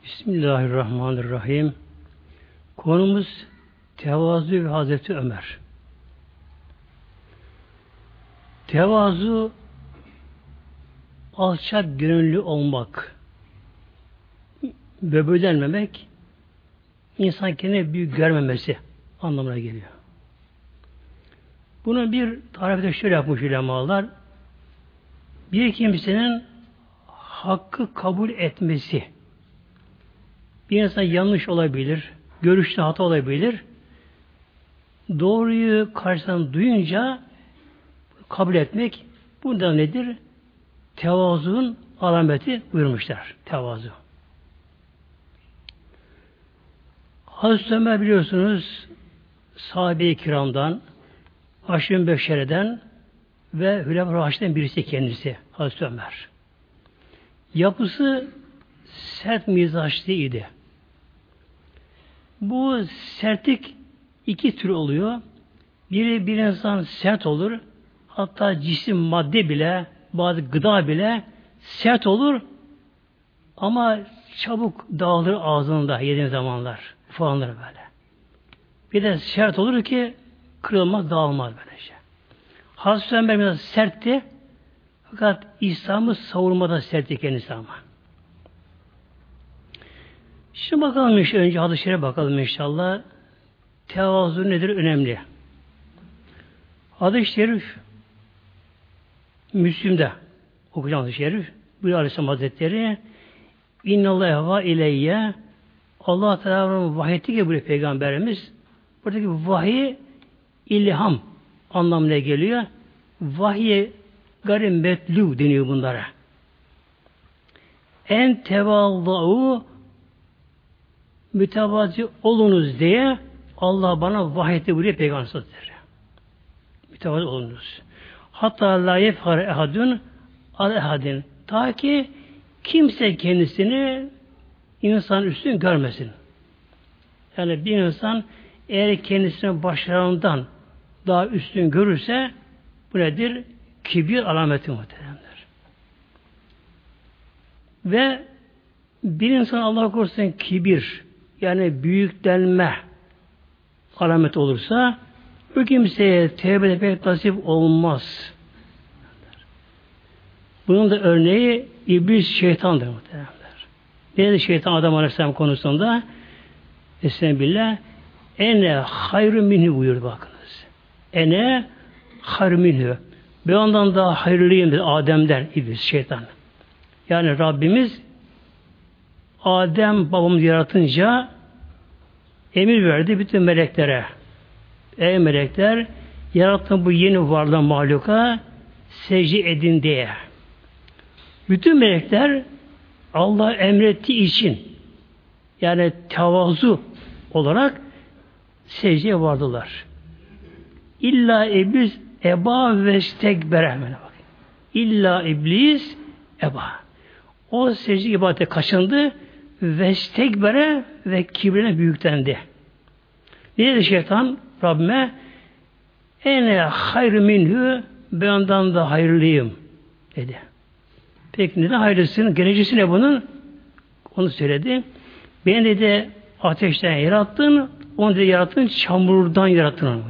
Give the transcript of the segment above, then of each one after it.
Bismillahirrahmanirrahim. Konumuz tevazu ve Hazreti Ömer. Tevazu alçak gönüllü olmak, böbürlenmemek, insan kendini büyük görmemesi anlamına geliyor. Bunu bir tarifi de şöyle yapmış ulemalar. Bir kimsenin hakkı kabul etmesi, bir insan yanlış olabilir, görüşte hata olabilir. Doğruyu karşıdan duyunca kabul etmek, bu da nedir? Tevazuun alameti buyurmuşlar. Tevazu. Hazreti Ömer biliyorsunuz sahabe-i kiramdan, Aşr-ı Beşşere'den ve Hülefâ-i Raşid'den birisi kendisi Hazreti Ömer. Yapısı sert mizaçlıydı. Bu sertlik iki tür oluyor. Biri bir insan sert olur. Hatta cisim, madde bile, bazı gıda bile sert olur. Ama çabuk dağılır ağzında yediğin zamanlar. Falanlar böyle. Bir de sert olur ki kırılmaz, dağılmaz böylece. Hazreti Ömer biraz sertti. Fakat İslam'ı savurmada sertti kendisi ama. Şimdi bakalım önce hadis-i şerife bakalım inşallah. Tevazu nedir? Önemli. Hadis-i şerif Müslim'de okuyacağım hadis-i şerif. Buyuruyor Aleyhisselam Hazretleri İnnallâhe ileyye Allah Teala'nın vahyeti gibi buyuruyor Peygamberimiz. Buradaki vahiy ilham anlamına geliyor. Vahiy garim metlu deniyor bunlara. En tevallâhu mütevazi olunuz diye Allah bana vahyetti buyuruyor Peygamber Hazretleri. Mütevazi olunuz. Hatta la yefhar ehadun al ehadin. Ta ki kimse kendisini insan üstün görmesin. Yani bir insan eğer kendisini başlarından daha üstün görürse bu nedir? Kibir alameti muhteremler. Ve bir insan Allah korusun kibir yani büyüklenme alamet olursa bu kimseye tevbe etmek nasip olmaz. Bunun da örneği iblis şeytandır muhteremler. Ne dedi şeytan Adam Aleyhisselam konusunda? Estağfirullah. Ene hayrü minhu buyurdu bakınız. Ene hayrü minhu. Ben ondan daha hayırlıyım dedi Adem'den iblis şeytan. Yani Rabbimiz Adem babamızı yaratınca emir verdi bütün meleklere. Ey melekler, yarattığım bu yeni varlığa, mahluka secde edin diye. Bütün melekler Allah emrettiği için yani tevazu olarak secdeye vardılar. İlla iblis eba ve stekbere. İlla iblis eba. O secde ibadete kaçındı ve stekbere ve kibrine büyüklendi. Ne dedi şeytan Rabbime? Ene hayrü minhü ben ondan da hayırlıyım dedi. Peki neden hayırlısın? Gerekçesi ne bunun? Onu söyledi. Beni dedi ateşten yarattın, onu dedi yarattın, çamurdan yarattın onu.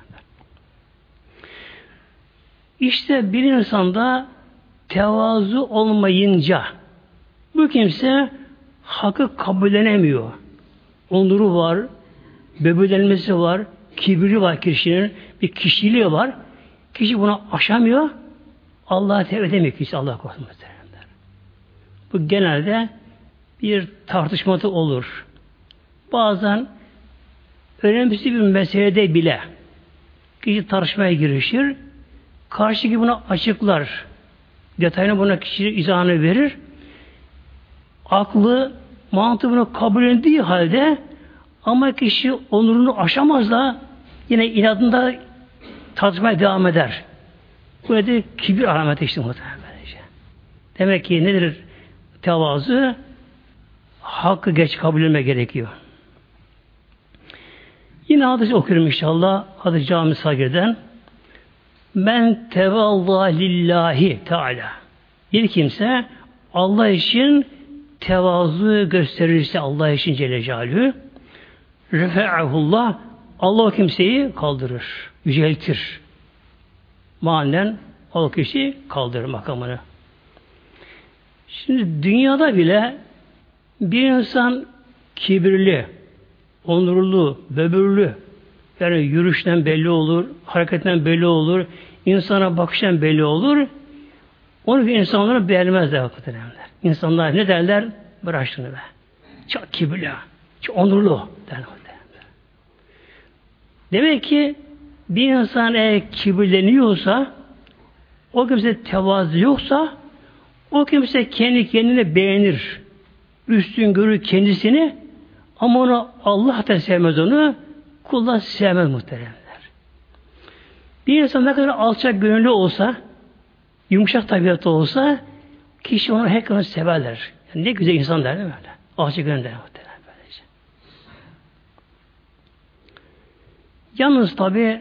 İşte bir insanda tevazu olmayınca bu kimse hakkı kabullenemiyor. Onuru var, böbürlenmesi var, kibri var kişinin, bir kişiliği var. Kişi bunu aşamıyor. Allah'a tevbe edemiyor kişi. Allah korusun. Bu genelde bir tartışması olur. Bazen önemsiz bir meselede bile kişi tartışmaya girişir. Karşıdaki buna açıklar. Detayını buna kişi izahını verir. Aklı, mantığı bunu kabul ettiği halde ama kişi onurunu aşamaz da yine inadında tartışmaya devam eder. Bu nedir? Kibir alameti işte muhtemelen. Demek ki nedir tevazu? Hakkı geç kabul etme gerekiyor. Yine hadis okuyorum inşallah. Hadis Cami Sagir'den. Men tevalla lillahi teala. Bir kimse Allah için tevazu gösterirse Allah için Celle Celaluhu, refe'ahullah, Allah o kimseyi kaldırır, yüceltir. Manen o kişi kaldırır makamını. Şimdi dünyada bile bir insan kibirli, onurlu, böbürlü, yani yürüyüşten belli olur, hareketten belli olur, insana bakıştan belli olur. Onu insanlara beğenmezler hakikaten. İnsanlar ne derler? Bırak şunu be. Çok kibirli, çok onurlu derler. Demek ki bir insan eğer kibirleniyorsa, o kimse tevazu yoksa, o kimse kendi kendine beğenir. Üstün görür kendisini, ama onu Allah da sevmez onu, kullar sevmez muhteremler. Bir insan ne kadar alçak gönüllü olsa, yumuşak tabiatlı olsa, kişi onu herkese severler. Yani ne güzel insan der değil mi öyle? Alçak gönüllü der muhteremler. Yalnız tabi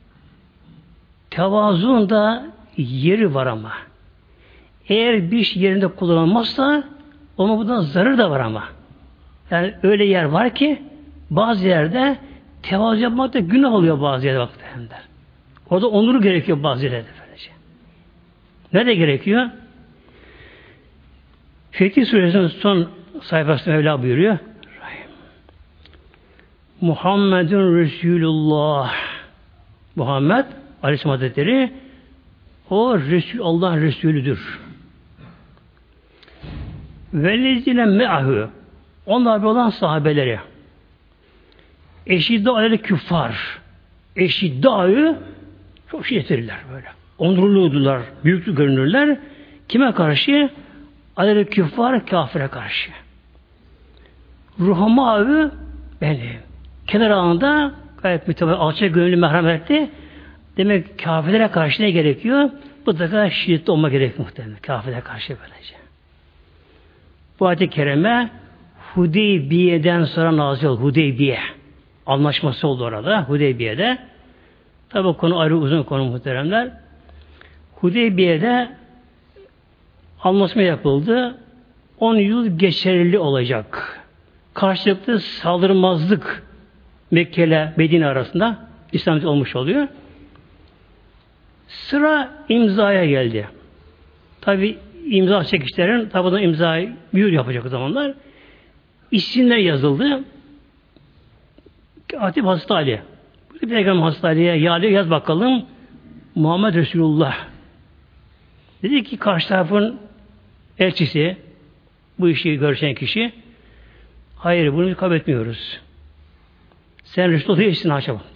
tevazuun da yeri var ama. Eğer bir şey yerinde kullanılmazsa ona bundan zarar da var ama. Yani öyle yer var ki bazı yerde tevazu yapmak da günah oluyor bazı yerde vaktilerinde. Orada onuru gerekiyor bazı yerlerde. Nerede gerekiyor? Fetih Suresi'nin son sayfasında Mevla buyuruyor. Muhammedun Resulullah. Muhammed Aleyhisselam Hazretleri o Resul, Allah'ın Resulüdür. Vellezine me'ahü, onlar bir olan sahabeleri eşidda alel küffar, eşidda'yı çok şiddetliler böyle. Onurluydular, büyüklü görünürler. Kime karşı? Alel küffar, kafire karşı. Ruhamâ'ı benim. Kenar anında gayet mütevazı, alçak gönüllü merhametli. Demek kafirlere karşı ne gerekiyor? Bu da şiddetli olma gerekiyor muhtemelen. Kafirlere karşı böylece. Bu ayet-i kerime Hudeybiye'den sonra nazil oldu. Hudeybiye. Anlaşması oldu orada. Hudeybiye'de. Tabi konu ayrı uzun konu muhteremler. Hudeybiye'de anlaşma yapıldı. 10 yıl geçerli olacak. Karşılıklı saldırmazlık Mekke ile Medine arasında İslamiyet olmuş oluyor. Sıra imzaya geldi. Tabi imza çekişlerin tabi imzayı büyür yapacak o zamanlar. İsimler yazıldı. Hatip Hazreti Ali. Peygamber Hazreti Ali'ye yaz bakalım Muhammed Resulullah. Dedi ki karşı tarafın elçisi, bu işi görüşen kişi, hayır bunu kabul etmiyoruz. Sen Resulullah değilsin haşa bak.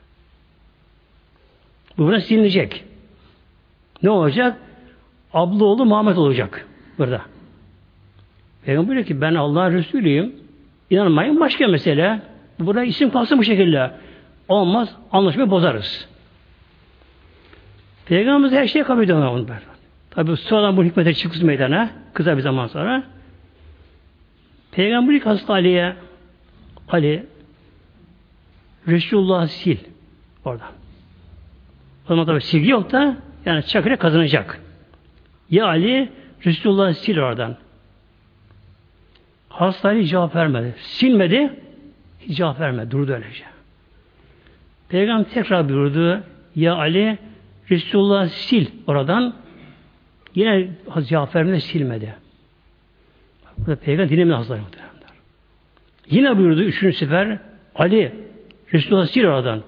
Bu burada silinecek. Ne olacak? Ablaoğlu Muhammed olacak burada. Peygamber diyor ki ben Allah'ın Resulüyüm. İnanmayın başka mesele. Burada isim kalsın bu şekilde. Olmaz. Anlaşmayı bozarız. Peygamberimiz her şeye kabul ediyor. Tabi sonradan bu hikmete çıksın meydana. Kısa bir zaman sonra. Peygamberlik Hazreti Ali'ye Ali Resulullah sil orada. O zaman tabi silgi yok da yani Çakır'a kazanacak. Ya Ali Resulullah sil oradan. Hazreti Ali cevap vermedi. Silmedi. Hiç cevap vermedi. Durdu öylece. Peygamber tekrar buyurdu. Ya Ali Resulullah sil oradan. Yine cevap vermedi. Silmedi. Burada Peygamber dinlemiyor Hazretleri. Yine buyurdu 3. sefer. Ali Resulullah sil oradan.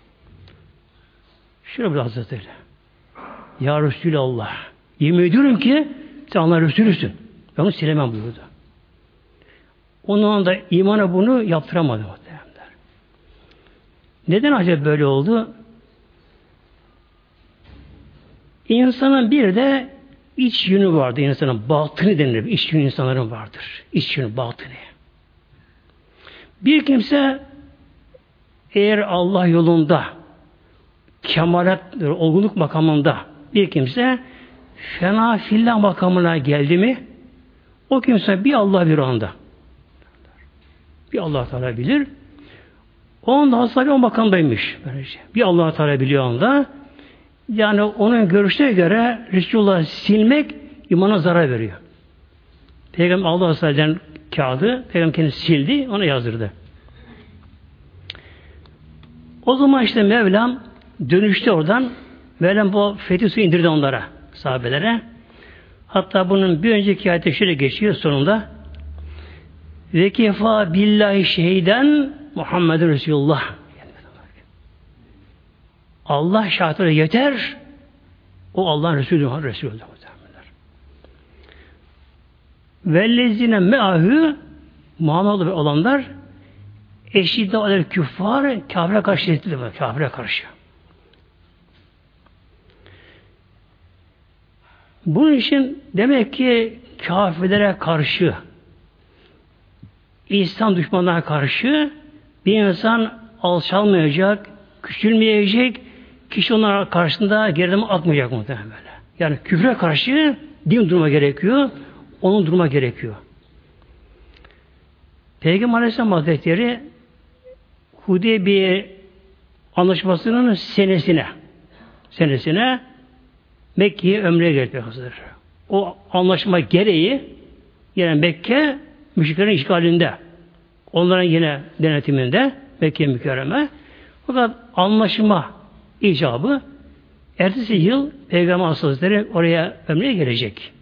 Şöyle buyurdu Hazretleri. Ya Resulallah. Yemin ediyorum ki sen Allah'ın Resulüsün. Ben onu silemem buyurdu. Onun anda imana bunu yaptıramadı. Neden acaba böyle oldu? İnsanın bir de iç yönü vardı. İnsanın batını denilir. İç yönü insanların vardır. İç yönü, batını. Bir kimse eğer Allah yolunda kemalat, olgunluk makamında bir kimse fena fillah makamına geldi mi o kimse bir Allah bir anda. Bir Allah Teala bilir. O anda hastane o makamdaymış. Böylece. Bir Allah Teala biliyor anda. Yani onun görüşüne göre Resulullah silmek imana zarar veriyor. Peygamber Allah Aleyhisselatü'den kağıdı, Peygamber kendisi sildi, ona yazdırdı. O zaman işte Mevlam dönüştü oradan. Mevlam bu Fetih Suresi indirdi onlara, sahabelere. Hatta bunun bir önceki ayette şöyle geçiyor sonunda. Ve kefa billahi şehiden Muhammedun Resulullah. Allah şahitleri yeter. O Allah'ın Resulü, Resulü. Vellezine me'ahü Muhammed olanlar eşidde alel küffar kafire karşı şiddetli demek. Kafire karşı. Bunun için demek ki kafirlere karşı İslam düşmanlarına karşı bir insan alçalmayacak, küçülmeyecek, kişi onlar karşısında gerileme atmayacak muhtemelen böyle. Yani küfre karşı din durma gerekiyor, onun durma gerekiyor. Peygamber Aleyhisselam Hazretleri Hudeybiye anlaşmasının senesine Mekke'ye ömreye geldi Peygamber. O anlaşma gereği yani Mekke müşriklerin işgalinde. Onların yine denetiminde Mekke mükerreme. Fakat anlaşma icabı ertesi yıl Peygamber Hazretleri oraya ömreye gelecek.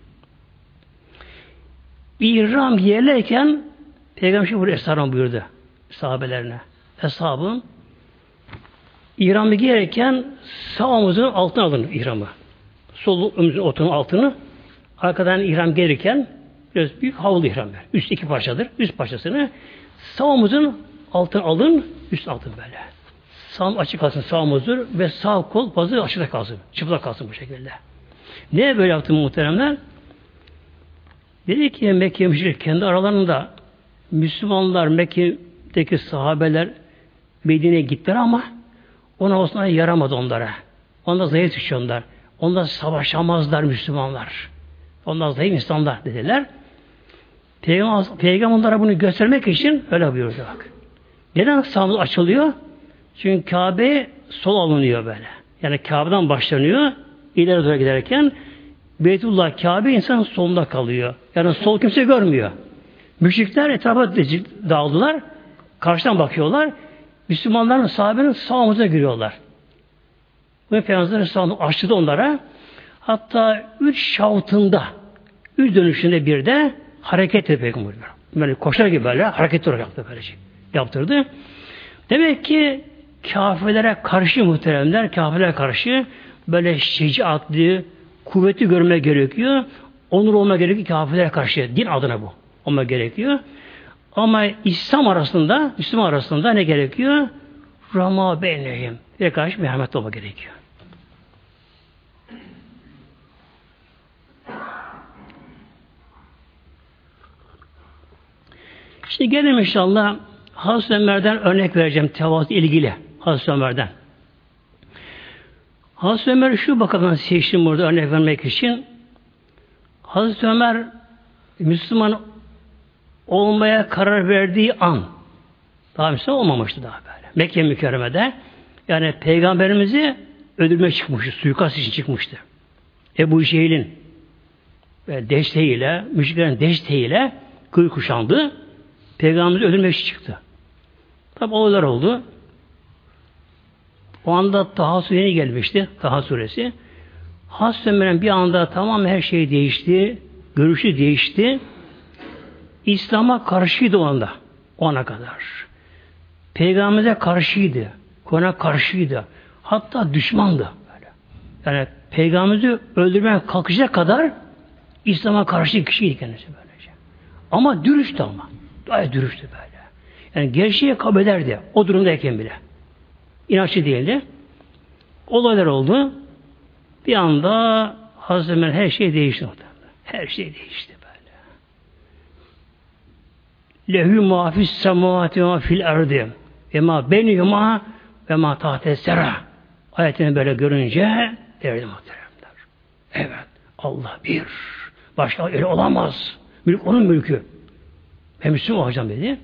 İhram yerlerken Peygamber şimdi buraya esharam buyurdu sahabelerine. Eshabım İhramı giyerken sağ omuzun altına alın ihramı. Sol omuzun otunun altını arkadan ihram gelirken biraz büyük havlu ihram ver. Üst iki parçadır. Üst parçasını sağ omuzun altına alın, üst altın böyle. Sağ açık kalsın sağ omuzdur ve sağ kol bazı açıkta kalsın. Çıplak kalsın bu şekilde. Niye böyle yaptım muhteremler? Dedi ki Mekke müşrik kendi aralarında Müslümanlar Mekke'deki sahabeler Medine'ye gittiler ama ona Osman'a yaramadı onlara. Onlar zayıf düşüyorlar. Onlar savaşamazlar Müslümanlar. Onlar zayıf insanlar dediler. Peygamber onlara bunu göstermek için öyle buyurdu bak. Neden sağımız açılıyor? Çünkü Kabe sol alınıyor böyle. Yani Kabe'den başlanıyor. İleri doğru giderken Beytullah Kabe insanın solunda kalıyor. Yani sol kimse görmüyor. Müşrikler etrafa dağıldılar. Karşıdan bakıyorlar. Müslümanların sahabenin sağ omuzuna giriyorlar. Bu Peygamber'in sağını açtı onlara. Hatta 3 şavtında 3 dönüşünde bir de hareket etti Peygamber. Böyle koşar gibi böyle hareket olarak yaptı böylece. Yaptırdı. Demek ki kafirlere karşı muhteremler, kafirlere karşı böyle şecaatli, kuvvetli görme gerekiyor. Onur olma gerekiyor kafirlere karşı. Din adına bu. Olma gerekiyor. Ama İslam arasında, Müslüman arasında ne gerekiyor? Rama beyneyim. Ve karşı merhamet olma gerekiyor. Şimdi gelin inşallah Hazreti Ömer'den örnek vereceğim tevazu ilgili. Hazreti Ömer'den. Hazreti Ömer şu bakımdan seçtim burada örnek vermek için. Hazreti Ömer Müslüman olmaya karar verdiği an daha Müslüman olmamıştı daha böyle. Mekke mükerremede yani Peygamberimizi öldürmeye çıkmıştı. Suikast için çıkmıştı. Ebu Cehil'in desteğiyle, müşriklerin desteğiyle kılıç kuşandı. Peygamberimizi öldürmek için çıktı. Tabi olaylar oldu. O anda Taha Suresi yeni gelmişti. Taha Suresi. Hazreti Ömer'in bir anda tamamen her şey değişti. Görüşü değişti. İslam'a karşıydı o anda. O ana kadar. Peygamber'e karşıydı. Kur'an'a karşıydı. Hatta düşmandı. Böyle. Yani Peygamber'i öldürmeye kalkacak kadar İslam'a karşı kişiydi kendisi böylece. Ama dürüsttü ama. Gayet dürüsttü böyle. Yani gerçeği kabul ederdi. O durumdayken bile. İnançlı değildi. Olaylar oldu. Bir anda Hazreti Ömer her şey değişti. Her şey değişti böyle. Lehü muhafis semavati ve fil erdi ve ma benihuma ve ma tahte sera. Ayetini böyle görünce derdi muhteremler. Evet. Allah bir. Başka öyle olamaz. Mülk onun mülkü. Ben Müslüman olacağım dedi.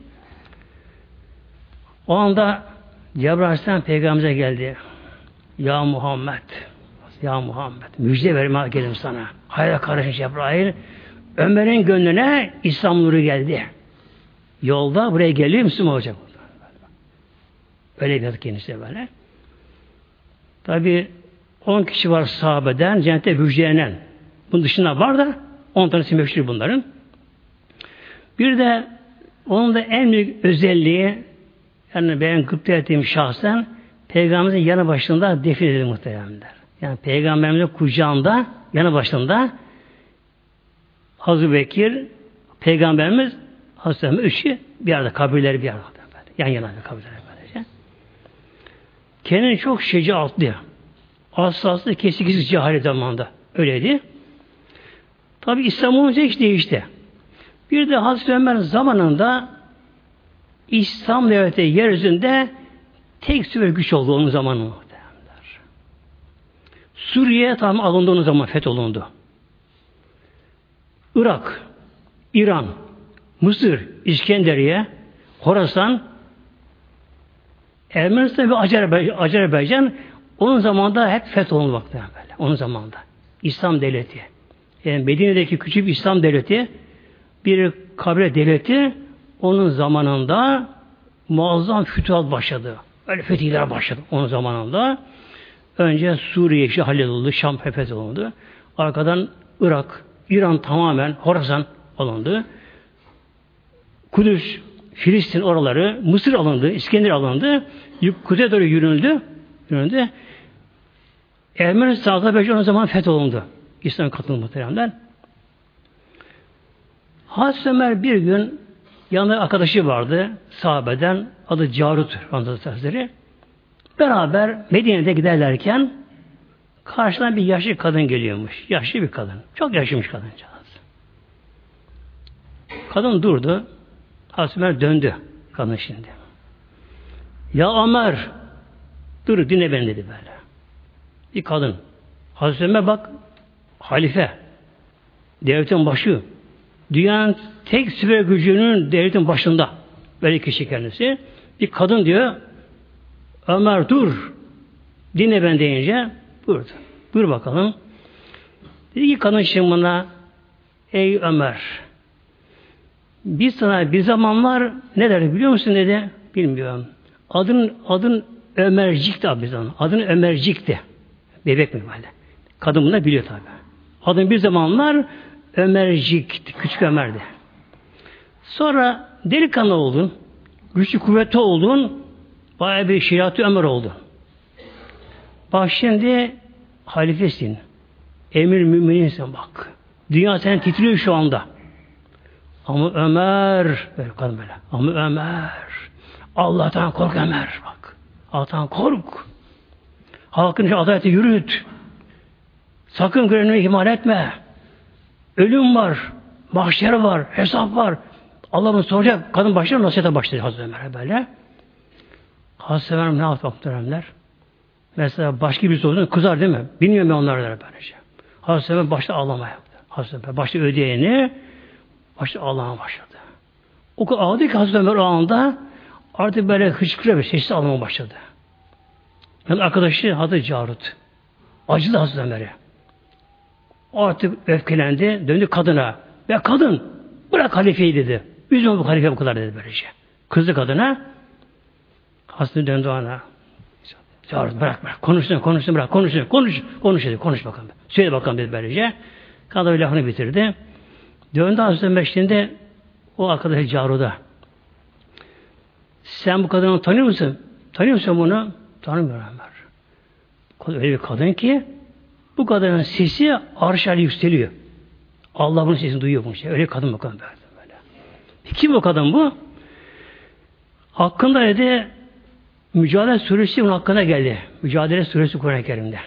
O anda Cebrail Aleyhisselam Peygamber'e geldi. Ya Muhammed. Ya Muhammed. Müjde vermeye gelin sana. Hayır kardeşim Cebrail. Ömer'in gönlüne İslam nuru geldi. Yolda buraya geliyor Müslüman olacak. Öyle bir kendisi böyle. Tabi 10 kişi var sahabeden cennete müjdelenen. Bunun dışında var da 10 tanesi meşhur bunların. Bir de onun da en büyük özelliği, yani ben gıpta ettiğim şahsen, Peygamberimizin yanı başında defin edildi muhteremler. Yani Peygamberimizin kucağında, yanı başında Hazreti Bekir, Peygamberimiz, Hazreti Ömer, üçü bir arada, kabirleri bir arada. Yan yana kabirleri böylece. Kendini çok şecaatli, aslaslı, kesik cehalet zamanında öyleydi. Tabi İslam olunca hiç değişti. Bir de Hazreti Ömer zamanında İslam devleti yeryüzünde tek süper güç oldu onun zamanı. Suriye tam alındı onun zaman fetholundu. Irak, İran, Mısır, İskenderiye, Horasan, Ermenistan ve Azerbaycan onun zamanında hep fetholundu vakti böyle. Onun zamanında. İslam devleti. Yani Medine'deki küçük İslam devleti bir kabile devleti onun zamanında muazzam fütuhat başladı. Öyle fetihler başladı onun zamanında. Önce Suriye işi halloldu, Şam fetholundu. Arkadan Irak, İran tamamen Horasan alındı. Kudüs, Filistin oraları, Mısır alındı, İskender alındı. Kuzeye doğru yüründü. Ermenistan, Azerbaycan o zaman fetholundu. İslam katılımı muhteremler. Hazreti Ömer bir gün yanında arkadaşı vardı sahabeden, adı Carut Hazretleri. Beraber Medine'de giderlerken karşıdan bir yaşlı kadın geliyormuş. Yaşlı bir kadın. Çok yaşlıymış kadıncağız. Kadın durdu. Hazreti Ömer döndü kadın şimdi. Ya Ömer, dur dinle beni dedi böyle. Bir kadın. Hazreti Ömer bak, halife, devletin başı, dünyanın tek süper gücünün devletin başında. Böyle kişi kendisi. Bir kadın diyor, Ömer dur, dinle ben deyince, buyurdu. Buyur bakalım. Dedi ki kadın şimdi bana, ey Ömer, biz sana bir zamanlar ne der biliyor musun dedi. Bilmiyorum. Adın Ömercik'ti abi zaman. Adın Ömercik'ti. Bebek mi böyle? Kadın bunu biliyor tabi. Adın bir zamanlar Ömercik'ti. Küçük Ömer'di. Sonra delikanlı oldun. Güçlü kuvvetli oldun. Bayağı bir şeriatı Ömer oldu. Bak şimdi halifesin. Emir mümininsin bak. Dünya senin titriyor şu anda. Ama Ömer, böyle kadın böyle. Ama Ömer, Allah'tan kork Ömer bak. Allah'tan kork. Halkın adaleti yürüt. Sakın görevini ihmal etme. Ölüm var, mahşer var, hesap var. Allah'ın soracak. Kadın başlar nasihate başladı Hazreti Ömer'e böyle. Hazreti Ömer ne yaptı muhteremler? Mesela başka bir sorun kızar değil mi? Bilmiyorum ben onlara böylece. Hazreti Ömer başta ağlamaya. Hazreti Ömer başta ödeyeni başta ağlamaya başladı. O kadar ağladı ki Hazreti Ömer o anda artık böyle hıçkırıyor, sessiz ağlamaya başladı. Yani arkadaşı Hazreti Carut. Acıdı Hazreti Ömer'e. Artık öfkelendi, döndü kadına. Ve kadın, bırak halifeyi dedi. Üzme bu halife bu kadar dedi böylece. Kızdı kadına. Hazreti döndü ona. Carut bırak. Konuşsun bırak. Konuş bakalım. Söyle bakalım dedi böylece. Kadın lafını bitirdi. Döndü Hazreti Ömer şimdi o arkadaşı Carut'a. Sen bu kadını tanıyor musun? Tanıyor musun bunu? Tanımıyorum Ömer. Öyle bir kadın ki bu kadının sesi arş-ı yükseliyor. Allah bunun sesini duyuyor bunu. Öyle bir kadın bakalım böyle. Kim o kadın bu? Hakkında dedi Mücadele Suresi bunun hakkında geldi. Mücadele Suresi Kur'an-ı Kerim'de.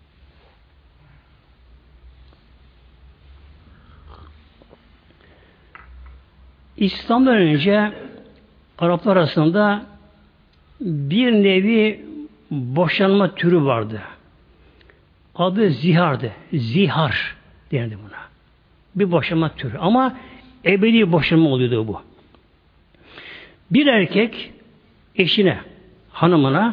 İslam'dan önce Araplar arasında bir nevi boşanma türü vardı. Adı zihardı. Zihar denirdi buna. Bir boşanma türü. Ama ebedi boşanma oluyordu bu. Bir erkek eşine, hanımına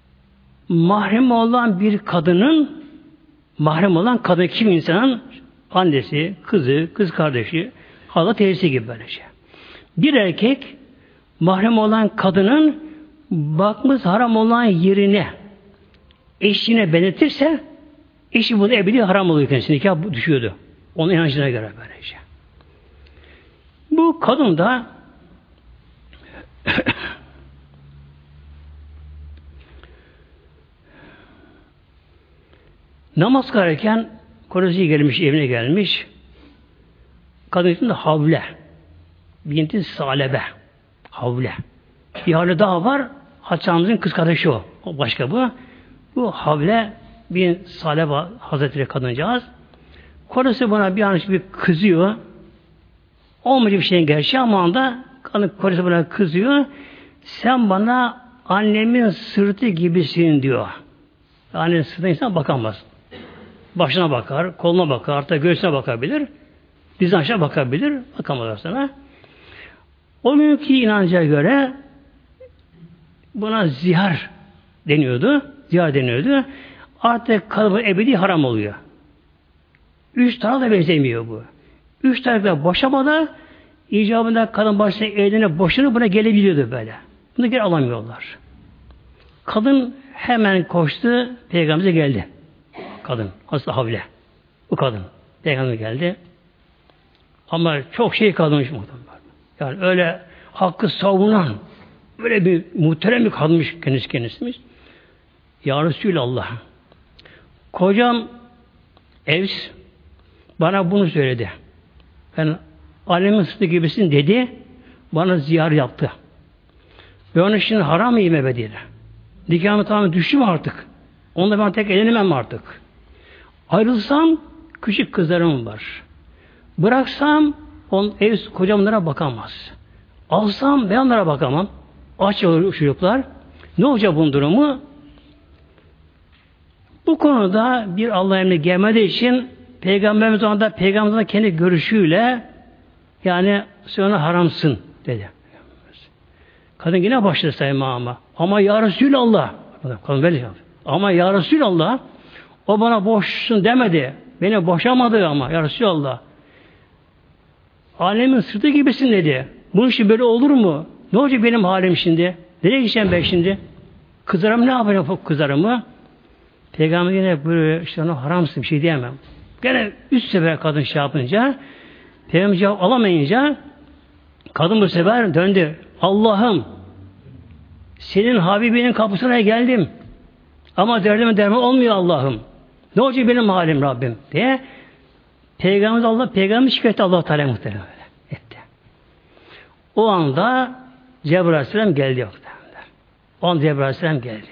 mahrem olan bir kadının, mahrem olan kadın kim insanın annesi, kızı, kız kardeşi, hala teyzesi gibi böylece. Bir erkek mahrem olan kadının bakmış haram olan yerine eşine benzetirse eşi bunu ebedi haram oluyor kendisine. Nikah düşüyordu. Onun inancına göre böylece. Bu kadın da namaz kılarken koruyucuya gelmiş, evine gelmiş. Kadın ismi de Havle. Binti Salebe. Havle. Bir hali daha var. Haçanımızın kız kardeşi o. O başka bu. Bu Havle bin Salebe Hazretleri kadıncağız. Koresi buna bir an bir kızıyor. Olmayacak bir şeyin gerçeği ama anda kadın koresi buna kızıyor. Sen bana annemin sırtı gibisin diyor. Annenin sırtına insan bakamaz. Başına bakar, koluna bakar, hatta göğsüne bakabilir. Dizine aşağı bakabilir. Bakamaz sana. O günkü inanca göre buna zihar deniyordu. Zihar deniyordu. Artık kadın ebedi haram oluyor. 3 taraf da benzemiyor bu. 3 taraf da boşamada icabında kadın başına eline boşanıp buna gelebiliyordu böyle. Bunu geri alamıyorlar. Kadın hemen koştu, Peygamber'e geldi. Kadın, aslında Havle. Bu kadın. Peygamber geldi. Ama çok şey kadınmış muhtemelen. Yani öyle hakkı savunan, böyle bir muhterem bir kadınmış kendisimiz. Ya Resulallah. Kocam Evs bana bunu söyledi. Ben alemin sıddığı gibisin dedi. Bana ziyaret yaptı. Ve onun için haram yiyeyim ebediyle. Nikahımı tamamen düştüm artık. Onunla ben tek evlenemem artık. Ayrılsam küçük kızlarım var. Bıraksam kocam onlara bakamaz. Alsam ben onlara bakamam. Aç olur çocuklar. Ne olacak bunun durumu? Bu konuda bir Allah emri gelmediği için Peygamberimiz anda Peygamberimizin kendi görüşüyle yani sen ona haramsın dedi. Kadın yine başladı saymaya ama ya Resulallah kadın böyle yaptı. Ama ya Resulallah o bana boşsun demedi. Beni boşamadı ama ya Resulallah. Alemin sırtı gibisin dedi. Bunun için böyle olur mu? Ne olacak benim halim şimdi? Nereye gideceğim ben şimdi? Kızlarım ne yapacağım kızlarımı? Peygamber yine böyle işte ona haramsın bir şey diyemem. Gene 3 sefer kadın şey yapınca Peygamber cevap alamayınca kadın bu sefer döndü. Allah'ım senin Habibinin kapısına geldim. Ama derdime derman olmuyor Allah'ım. Ne olacak benim halim Rabbim diye Peygamber şikayet Allah Teala muhtemelen etti. O anda Cebrail Aleyhisselam geldi. O anda Cebrail Aleyhisselam geldi.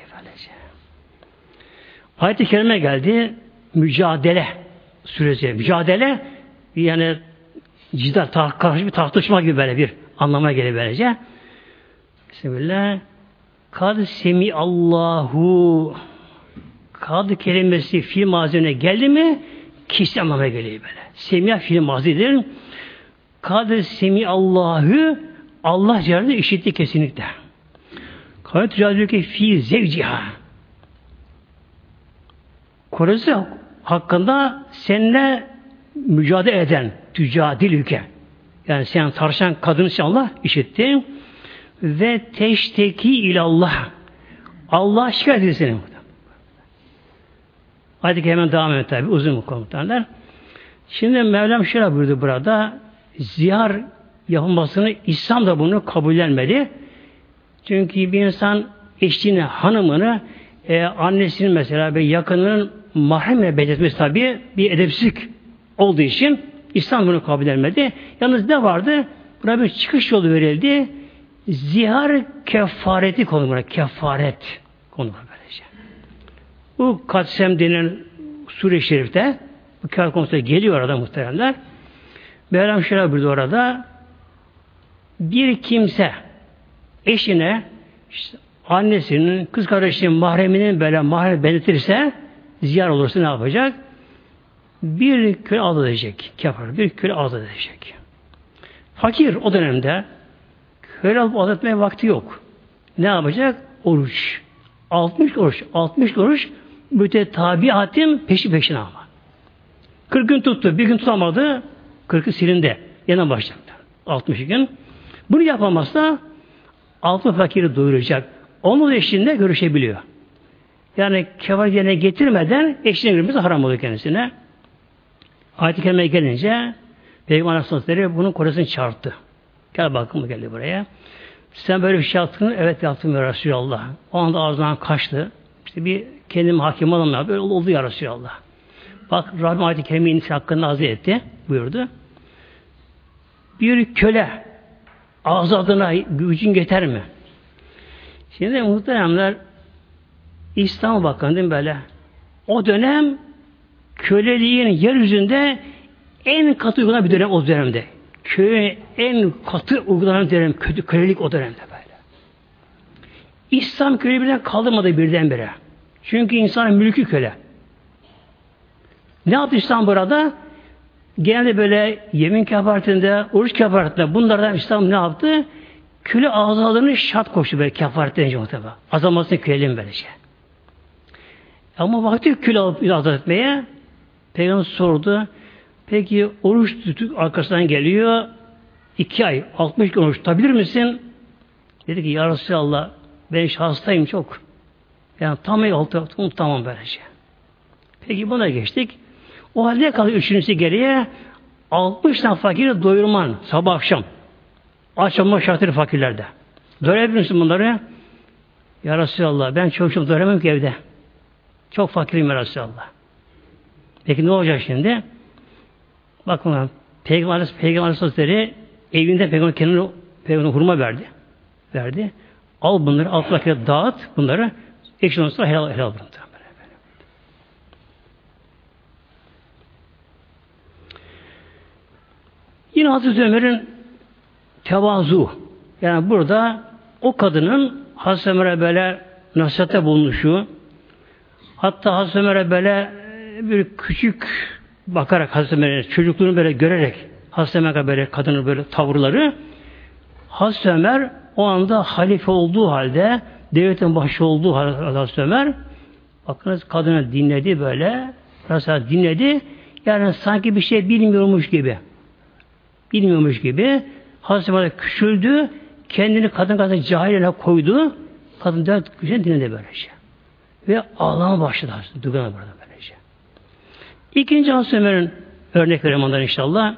Ayet-i Kerime geldi. Mücadele süreci. Mücadele yani karşı bir tartışma gibi böyle bir anlamına gelir böylece. Bismillah. Kad semi Allahu kad kelimesi fiil mazine geldi mi kişi anlamına geliyor böyle. Semiya fiil mazidir. Kad semi Allahu Allah Celle işitti kesinlikle. Kad tücadülüke fiil zevciha Koresi hakkında seninle mücadele eden tücadil ülke. Yani sen tartışan kadını Allah işitti. Ve teşteki ilallah. Allah şikayet edilsin seni. Hadi ki hemen devam edelim tabi. Uzun mu komutanlar? Şimdi Mevlam şöyle buyurdu burada. Zihar yapılmasını İslam da bunu kabullenmedi. Çünkü bir insan eşini, hanımını annesinin mesela ve yakınının mahremle belirtmesi tabi bir edepsizlik olduğu için İslam bunu kabul etmedi. Yalnız ne vardı? Buna bir çıkış yolu verildi. Zihar kefareti konu kefaret konu böylece. Bu Katsem denilen Sure-i Şerif'te bu kefaret konusunda geliyor orada muhteremler. Mevlam şöyle buyurdu orada bir kimse eşine işte annesinin, kız kardeşinin, mahreminin böyle mahrem belirtirse ziyar olursa ne yapacak? Bir köle azat edecek. Kefar, bir köle azat edecek. Fakir o dönemde köle alıp azat etmeye vakti yok. Ne yapacak? Oruç. 60 oruç. 60 oruç mütetabiatin peşi peşine ama. 40 gün tuttu. Bir gün tutamadı. 40'ı silindi. Yeniden başlayacak. 60 gün. Bunu yapamazsa 60 fakiri doyuracak. Onun eşliğinde görüşebiliyor. Yani kefaret yerine getirmeden eşliğine girmesi haram oluyor kendisine. Ayet-i Kerime'ye gelince Peygamber Aleyhisselatü bunun kocasını çağırdı. Gel bakın geldi buraya. Sen böyle bir şey yaptın mı? Evet yaptım ya Resulallah. O anda ağzından kaçtı. İşte bir kendim hakim olamam. Böyle oldu ya Resulallah. Bak Rabbim ayet-i kerimeyi inisi hakkında nazil etti. Buyurdu. Bir köle azadına gücün yeter mi? Şimdi muhteremler İslam'a bakın değil mi böyle? O dönem köleliğin yeryüzünde en katı uygulanan bir dönem o dönemde. Köye en katı uygulanan dönem, kölelik o dönemde böyle. İslam köleliğinden kaldırmadı birdenbire. Çünkü insanın mülkü köle. Ne yaptı İslam burada? Genelde böyle yemin kefaretinde, oruç kefaretinde bunlardan İslam ne yaptı? Köle azalığını şart koştu böyle kefaretten önce muhtemelen. Azalmasını köleliğin böylece. Ama vakti köle alıp azat etmeye Peygamber sordu. Peki oruç tutuk arkasından geliyor. 2 ay, 60 gün oruç tutabilir misin? Dedi ki ya Resulallah ben hastayım çok. Yani tamam böylece. Peki buna geçtik. O halde kaldı üçüncüsü geriye 60 tane fakiri doyurman sabah akşam. Aç olma şartları fakirlerde. Doyurabilir misin bunları? Ya Resulallah ben çok doyuramam ki evde. Çok fakirim ya Resulallah. Peki ne olacak şimdi? Bakın Peygamber Aleyhisselatü evinde Peygamber hurma verdi. Al bunları, al fakire dağıt bunları. Ekşi olursa helal bunları. Yine Hazreti Ömer'in tevazu. Yani burada o kadının Hazreti Ömer'e böyle nasihatte bulunuşu, hatta Hazreti Ömer'e böyle bir küçük bakarak Hazreti Ömer'e çocukluğunu böyle görerek Hazreti Ömer'e böyle kadının böyle tavırları, Hazreti Ömer o anda halife olduğu halde, devletin başı olduğu halde Hazreti Ömer, bakınız kadını dinledi böyle, mesela dinledi, yani sanki bir şey bilmiyormuş gibi Hazreti Ömer küçüldü, kendini kadın cahiline koydu, kadın da güzel dinledi böylece. Ve ağlama başladı Hazreti Dugana burada böylece. İkinci Hazreti Ömer'in örnek vereyim ondan inşallah.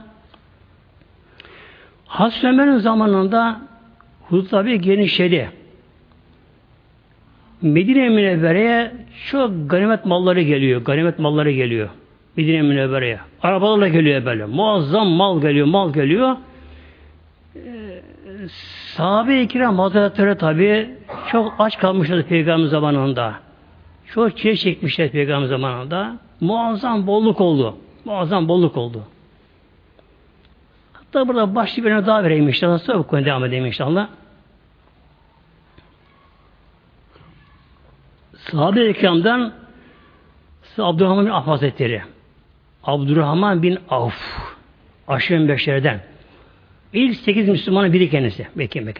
Hazreti Ömer'in zamanında hudut tabi genişledi. Medine-i Münevvere'ye çok ganimet malları geliyor. Medine-i Münevvere'ye. Arabalarla geliyor böyle. Muazzam mal geliyor. Sahabe-i kiram hazretleri tabi çok aç kalmışlardı Peygamber zamanında. Çok çile çekmişler Peygamber zamanında. Muazzam bolluk oldu. Hatta burada başlı birine daha vereyim inşallah. Sonra bu konuya devam edeyim inşallah. Sahabe-i kiramdan Abdurrahman bin Avf Hazretleri. Abdurrahman bin Avf. Aşırı beşlerden. İlk 8 Müslümanın biri kendisi. Mekke'den.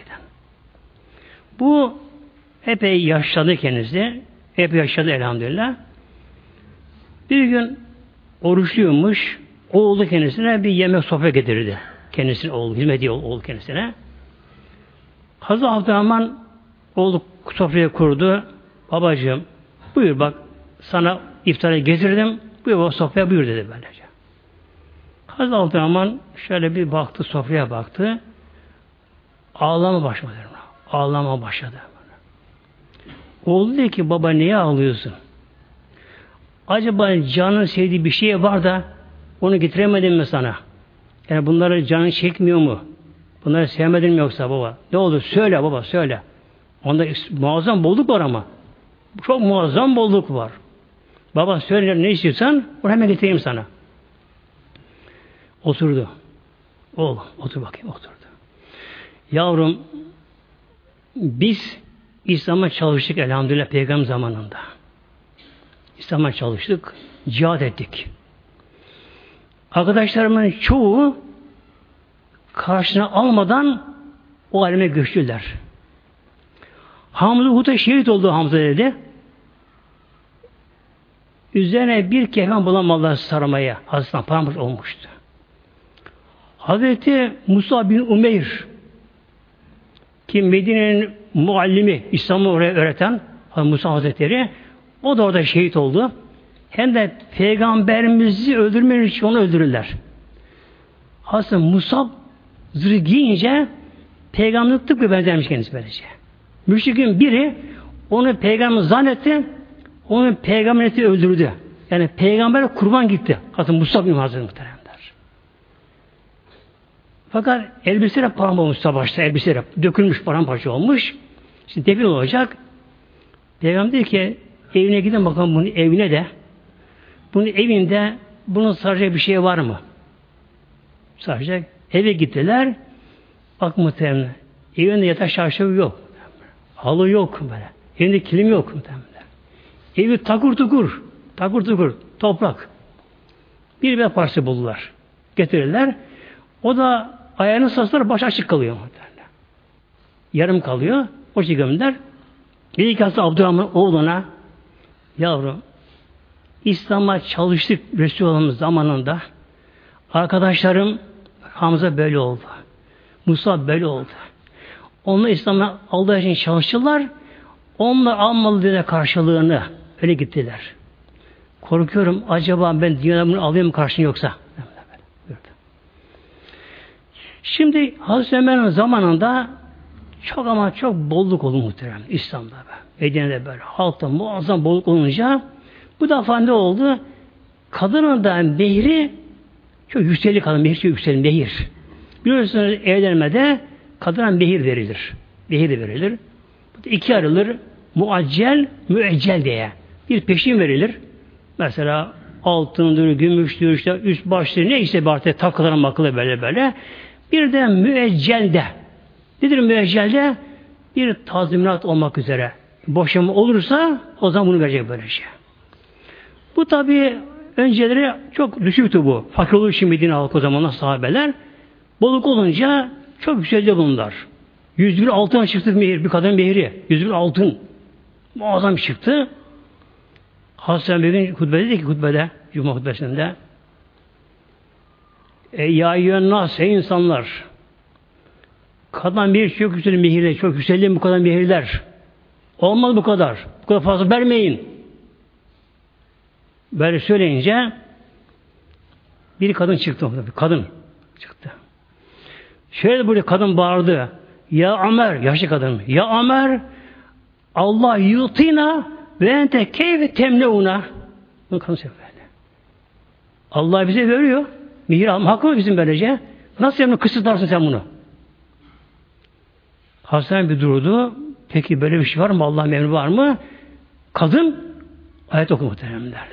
Bu epey yaşlandı kendisi. Epey yaşadı elhamdülillah. Bir gün oruçluymuş. Oğlu kendisine bir yemek sofra getirirdi. Kendisine oğlu, hizmet ediyor oğlu kendisine. Hazreti Abdurrahman oğlu sofraya kurdu. Babacığım buyur bak sana iftara getirdim. Buyur o sofraya buyur dedi böylece. Hazreti Abdurrahman şöyle bir baktı, sofraya baktı. Ağlama başladı. Oğlu dedi ki baba niye ağlıyorsun? Acaba canın sevdiği bir şey var da onu getiremedim mi sana? Yani bunları canın çekmiyor mu? Bunları sevmedin mi yoksa baba? Ne oldu? Söyle baba söyle. Onda muazzam bolluk var ama. Çok muazzam bolluk var. Baba söyle ne istiyorsan onu hemen getireyim sana. Oturdu. Oğlum otur bakayım oturdu. Yavrum biz İslam'a çalıştık elhamdülillah Peygamber zamanında. İslam'a çalıştık, cihad ettik. Arkadaşlarımın çoğu karşına almadan o aleme göçtüler. Hamza Uhud'da şehit oldu Hamza dedi. Üzerine bir kefen bulamadılar sarmaya. Hazreti paramparça olmuştu. Hazreti Musa bin Umeyr ki Medine'nin muallimi, İslam'ı oraya öğreten Musa Hazretleri, o da orada şehit oldu. Hem de Peygamberimizi öldürmek için onu öldürürler. Aslında Musab zırhı giyince Peygamber'e tıpkı benzermiş kendisi böylece. Müşrik'in biri onu Peygamber zannetti, onu Peygamber'i öldürdü. Yani Peygamber kurban gitti. Hazreti Musab bin Hazretleri muhteremler. Fakat elbiseyle paramparça olmuş savaşta, elbiseyle dökülmüş, paramparça olmuş. Şimdi defin olacak. Peygamber dedi ki evine gidin bakalım bunun evine de. Bunun evinde bunun saracak bir şey var mı? Saracak. Eve gittiler. Bak muhtemelen. Evinde yatak çarşafı yok. Halı yok böyle. Evinde kilim yok muhtemelen. Evi takur tukur. Takur tukur. Toprak. Bir parça buldular. Getirirler. O da ayağını saslar baş açık kalıyor muhtemelen. Yarım kalıyor. O şekilde dedi ki Hazreti Abdurrahman oğluna yavrum İslam'a çalıştık Resulullah'ımız zamanında. Arkadaşlarım Hamza böyle oldu. Musa böyle oldu. Onlar İslam'a aldığı için çalıştılar. Onlar almalı diye karşılığını öyle gittiler. Korkuyorum acaba ben dünyada bunu alayım karşını yoksa. Şimdi Hazreti Ömer'in zamanında çok ama çok bolluk oldu muhterem İslam'da. Medine'de böyle halkta muazzam bolluk olunca bu defa ne oldu? Kadının da mehri çok yükseldi kadın. Mehir çok yükseldi. Mehir. Biliyorsunuz evlenmede kadına mehir verilir. Mehir de verilir. İki ayrılır. Muaccel, müeccel diye. Bir peşin verilir. Mesela altındır, gümüştür, işte üst baştır, neyse bir artık takıların makılı böyle böyle. Bir de müeccelde. Nedir müeccelde? Bir tazminat olmak üzere. Boşanma olursa o zaman bunu verecek böyle şey. Bu tabi önceleri çok düşüktü bu. Fakir olduğu için Medine halkı o zamanlar sahabeler. Bolluk olunca çok yükseldi bunlar. 100.000 altın çıktı mehir, bir kadın mehri. 100.000 altın. Muazzam çıktı. Hasan Bey'in hutbede dedi ki hutbede, Cuma hutbesinde ya yönnas ey insanlar kadın mehir çok yükseldi mehirler, çok yükseldi bu kadar mehirler. Olmaz bu kadar. Bu kadar fazla vermeyin. Böyle söyleyince bir kadın çıktı. Bir kadın çıktı. Şöyle böyle kadın bağırdı. Ya Ömer, yaşlı kadın. Ya Ömer Allah yutina ve ente keyfe temleuna. Bunu kadın söyledi. Allah bize veriyor. Mihir alma hakkı mı bizim böylece? Nasıl yani kısıtlarsın sen bunu? Hasan bir durdu. Peki böyle bir şey var mı? Allah'ın emri var mı? Kadın ayet oku muhteremler.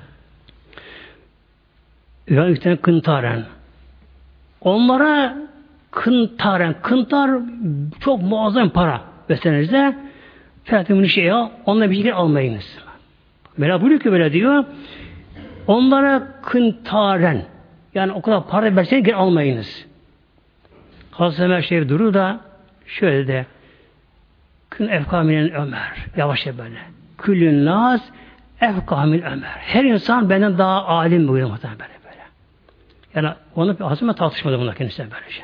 Ve kıntaren. Onlara kıntaren. Kıntar çok muazzam para versenizde fiyatımını şey al. Onlara bir şey almayınız. Mevla buyuruyor ki böyle diyor. Onlara kıntaren. Yani o kadar para verseniz geri almayınız. Hazreti Ömer Şerif durur da şöyle de kün efkaminen Ömer. Yavaşça böyle. Küllün nas efkamin Ömer. Her insan benden daha alim buyuruyor muhtemelen böyle. Yani onu Hazreti Ömer tartışmadı bunlar kendisine böylece.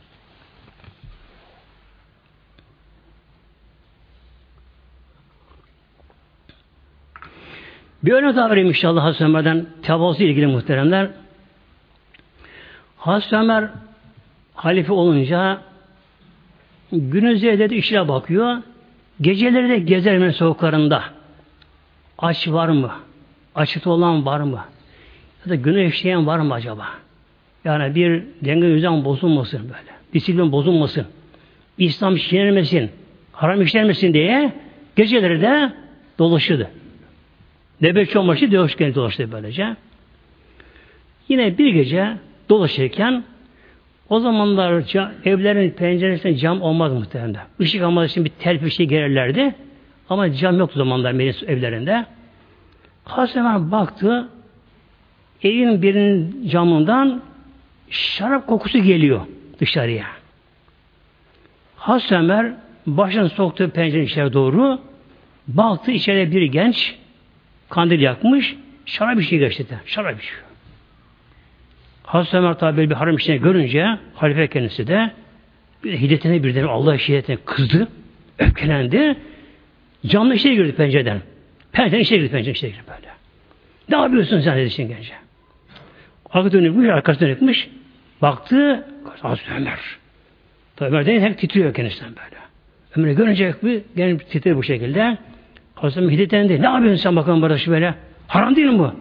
Bir örnek daha vereyim inşallah Hazreti Ömer'den tevazı ilgili muhteremler. Hazreti Ömer halife olunca gündüzleri de işine bakıyor. Geceleri de gezer hemen sokaklarında. Aç var mı? Açık olan var mı? Ya da günah işleyen var mı acaba? Yani bir denge düzen bozulmasın böyle. Disiplin bozulmasın. İslam işlenmesin. Haram işlenmesin diye geceleri de dolaşırdı. Nöbetçi olmak dolaştı böylece. Yine bir gece dolaşırken o zamanlar evlerin penceresinde cam olmaz muhtemelen. Işık almadığı için bir tel bir şey gererlerdi. Ama cam yoktu zamanlar Medine evlerinde. Hazreti Ömer baktı evin birinin camından şarap kokusu geliyor dışarıya. Hazreti Ömer başını soktu pencerenin içeri doğru. Baktı içeride bir genç kandil yakmış. şarap bir şey geçti. Şarap bir şey. Hazreti Ömer tabi bir haram işini görünce halife kendisi de hiddetine birden Allah şiddetine kızdı. Öfkelendi. Camla içeri girdi pencereden. Pencereden içeri girdi, pencereden içeri girdi böyle. Ne yapıyorsun sen dedi şimdi gence. Arka dönükmüş, arkasına dönükmüş. Baktı, Hazreti Ömer. Tabi Ömer'den hep titriyor kendisinden böyle. Ömer'i görünce gene titriyor bu şekilde. Hazreti Ömer hiddetlendi. Ne yapıyorsun sen bakalım barışı böyle? Haram değil mi bu?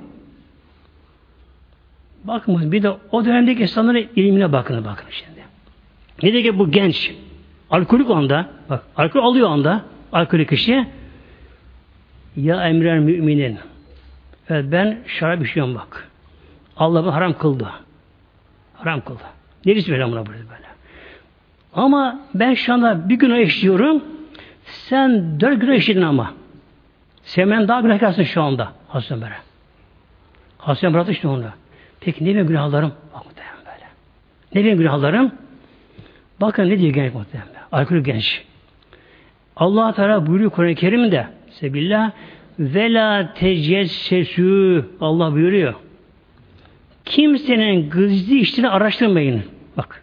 Bakın bir de o dönemdeki insanların ilmine bakın şimdi. Ne diyor ki bu genç, alkolik anda, bak alkol alıyor anda, alkolik kişi, ya emrer müminin, evet ben şarap içiyorum bak. Allah bunu haram kıldı. Haram kıldı. Neresi böyle buna böyle? Ama ben şu anda bir gün işliyorum, sen 4 gün işledin ama. Sen benden daha günahkarsın şu anda Hazreti Ömer'e. Hazreti Ömer bıraktı işte onu. Peki ne benim günahlarım? Bak muhtemelen böyle. Ne benim günahlarım? Bakın ne diyor genç muhtemelen. Alkolü genç. Allah Teala buyuruyor Kur'an-ı Kerim'de Sebillah ve la tecessesü Allah buyuruyor. Kimsenin gizli işlerini araştırmayın. Bak.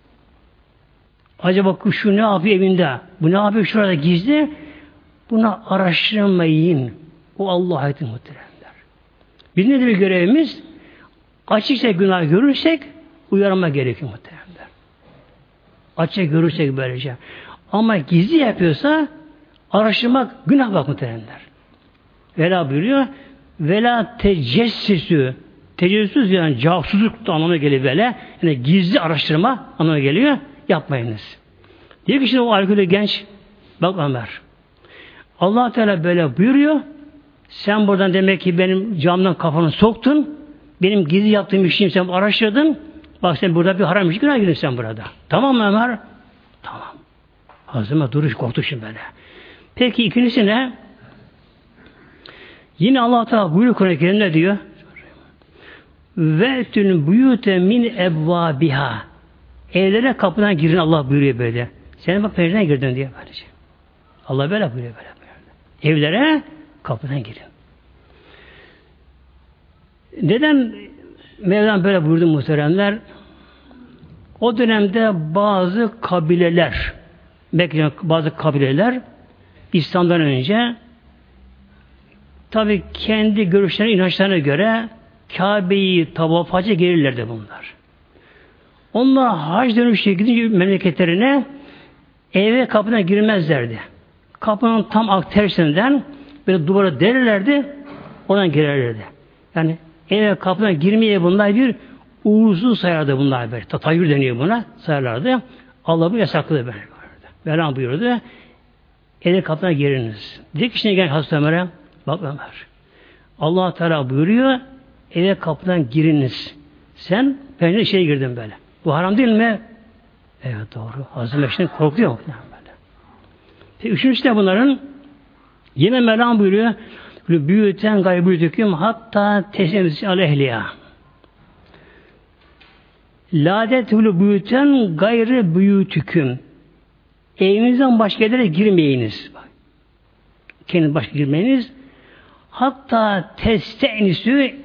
Acaba şu ne yapıyor evinde? Bu ne yapıyor şurada gizli? Buna araştırmayın. O Allah'a ait muhteremler. Bizim de bir görevimiz açıkça günah görürsek uyarma gerekiyor muhteremler. Açıkça görürsek böylece. Ama gizli yapıyorsa araştırmak günah bak muhteremler. Vela buyuruyor. Vela tecessüsü. Tecessüs yani casusluk da anlamına geliyor böyle. Yani gizli araştırma anlamına geliyor. Yapmayınız. Diyor ki şimdi o alkolü genç bak Ömer. Allah Teala böyle buyuruyor. Sen buradan demek ki benim camdan kafanı soktun. Benim gizli yaptığım işimi sen araştırdın. Bak sen burada bir haram işi günah girdin sen burada. Tamam mı Ömer? Tamam. Hazreti Ömer duruş korktu şimdi böyle. Peki ikincisi ne? Yine Allah Teala buyuruyor Kur'an-ı Kerim'de diyor. Ve'tün buyute min ebvabiha. Evlere kapıdan girin Allah buyuruyor böyle. Sen bak pencereden girdin diye böylece. Allah böyle buyuruyor böyle. Evlere kapıdan girin. Neden Mevlam böyle buyurdu muhteremler? O dönemde bazı kabileler, bazı kabileler İslam'dan önce tabi kendi görüşlerine, inançlarına göre Kabe'yi tavaf hacca gelirlerdi bunlar. Onlar hac dönüşü gidince memleketlerine eve kapına girmezlerdi. Kapının tam tersinden böyle duvara derirlerdi, oradan girerlerdi. Yani eve kapına girmeye bunlar bir uğursuz sayardı bunlar böyle. Tatayyür deniyor buna, sayarlardı. Allah bu yasakladı böyle. Mevlam buyurdu. Eve kapına giriniz. Dedi ki şimdi gel Hazreti Ömer'e, bak Ömer. Allah Teala buyuruyor, eve kapıdan giriniz. Sen pencere içeri girdin böyle. Bu haram değil mi? Evet doğru. Hazreti Ömer'den korkuyor mu? Peki üçüncüsü de bunların yine Mevlam buyuruyor. Büyüten gayrı büyütüküm hatta teslimisi al ehliya. Ladetülü büyüten gayrı büyütüküm. Evinizden başka yerlere girmeyiniz. Kendiniz başka girmeyiniz. Hatta teste'nisü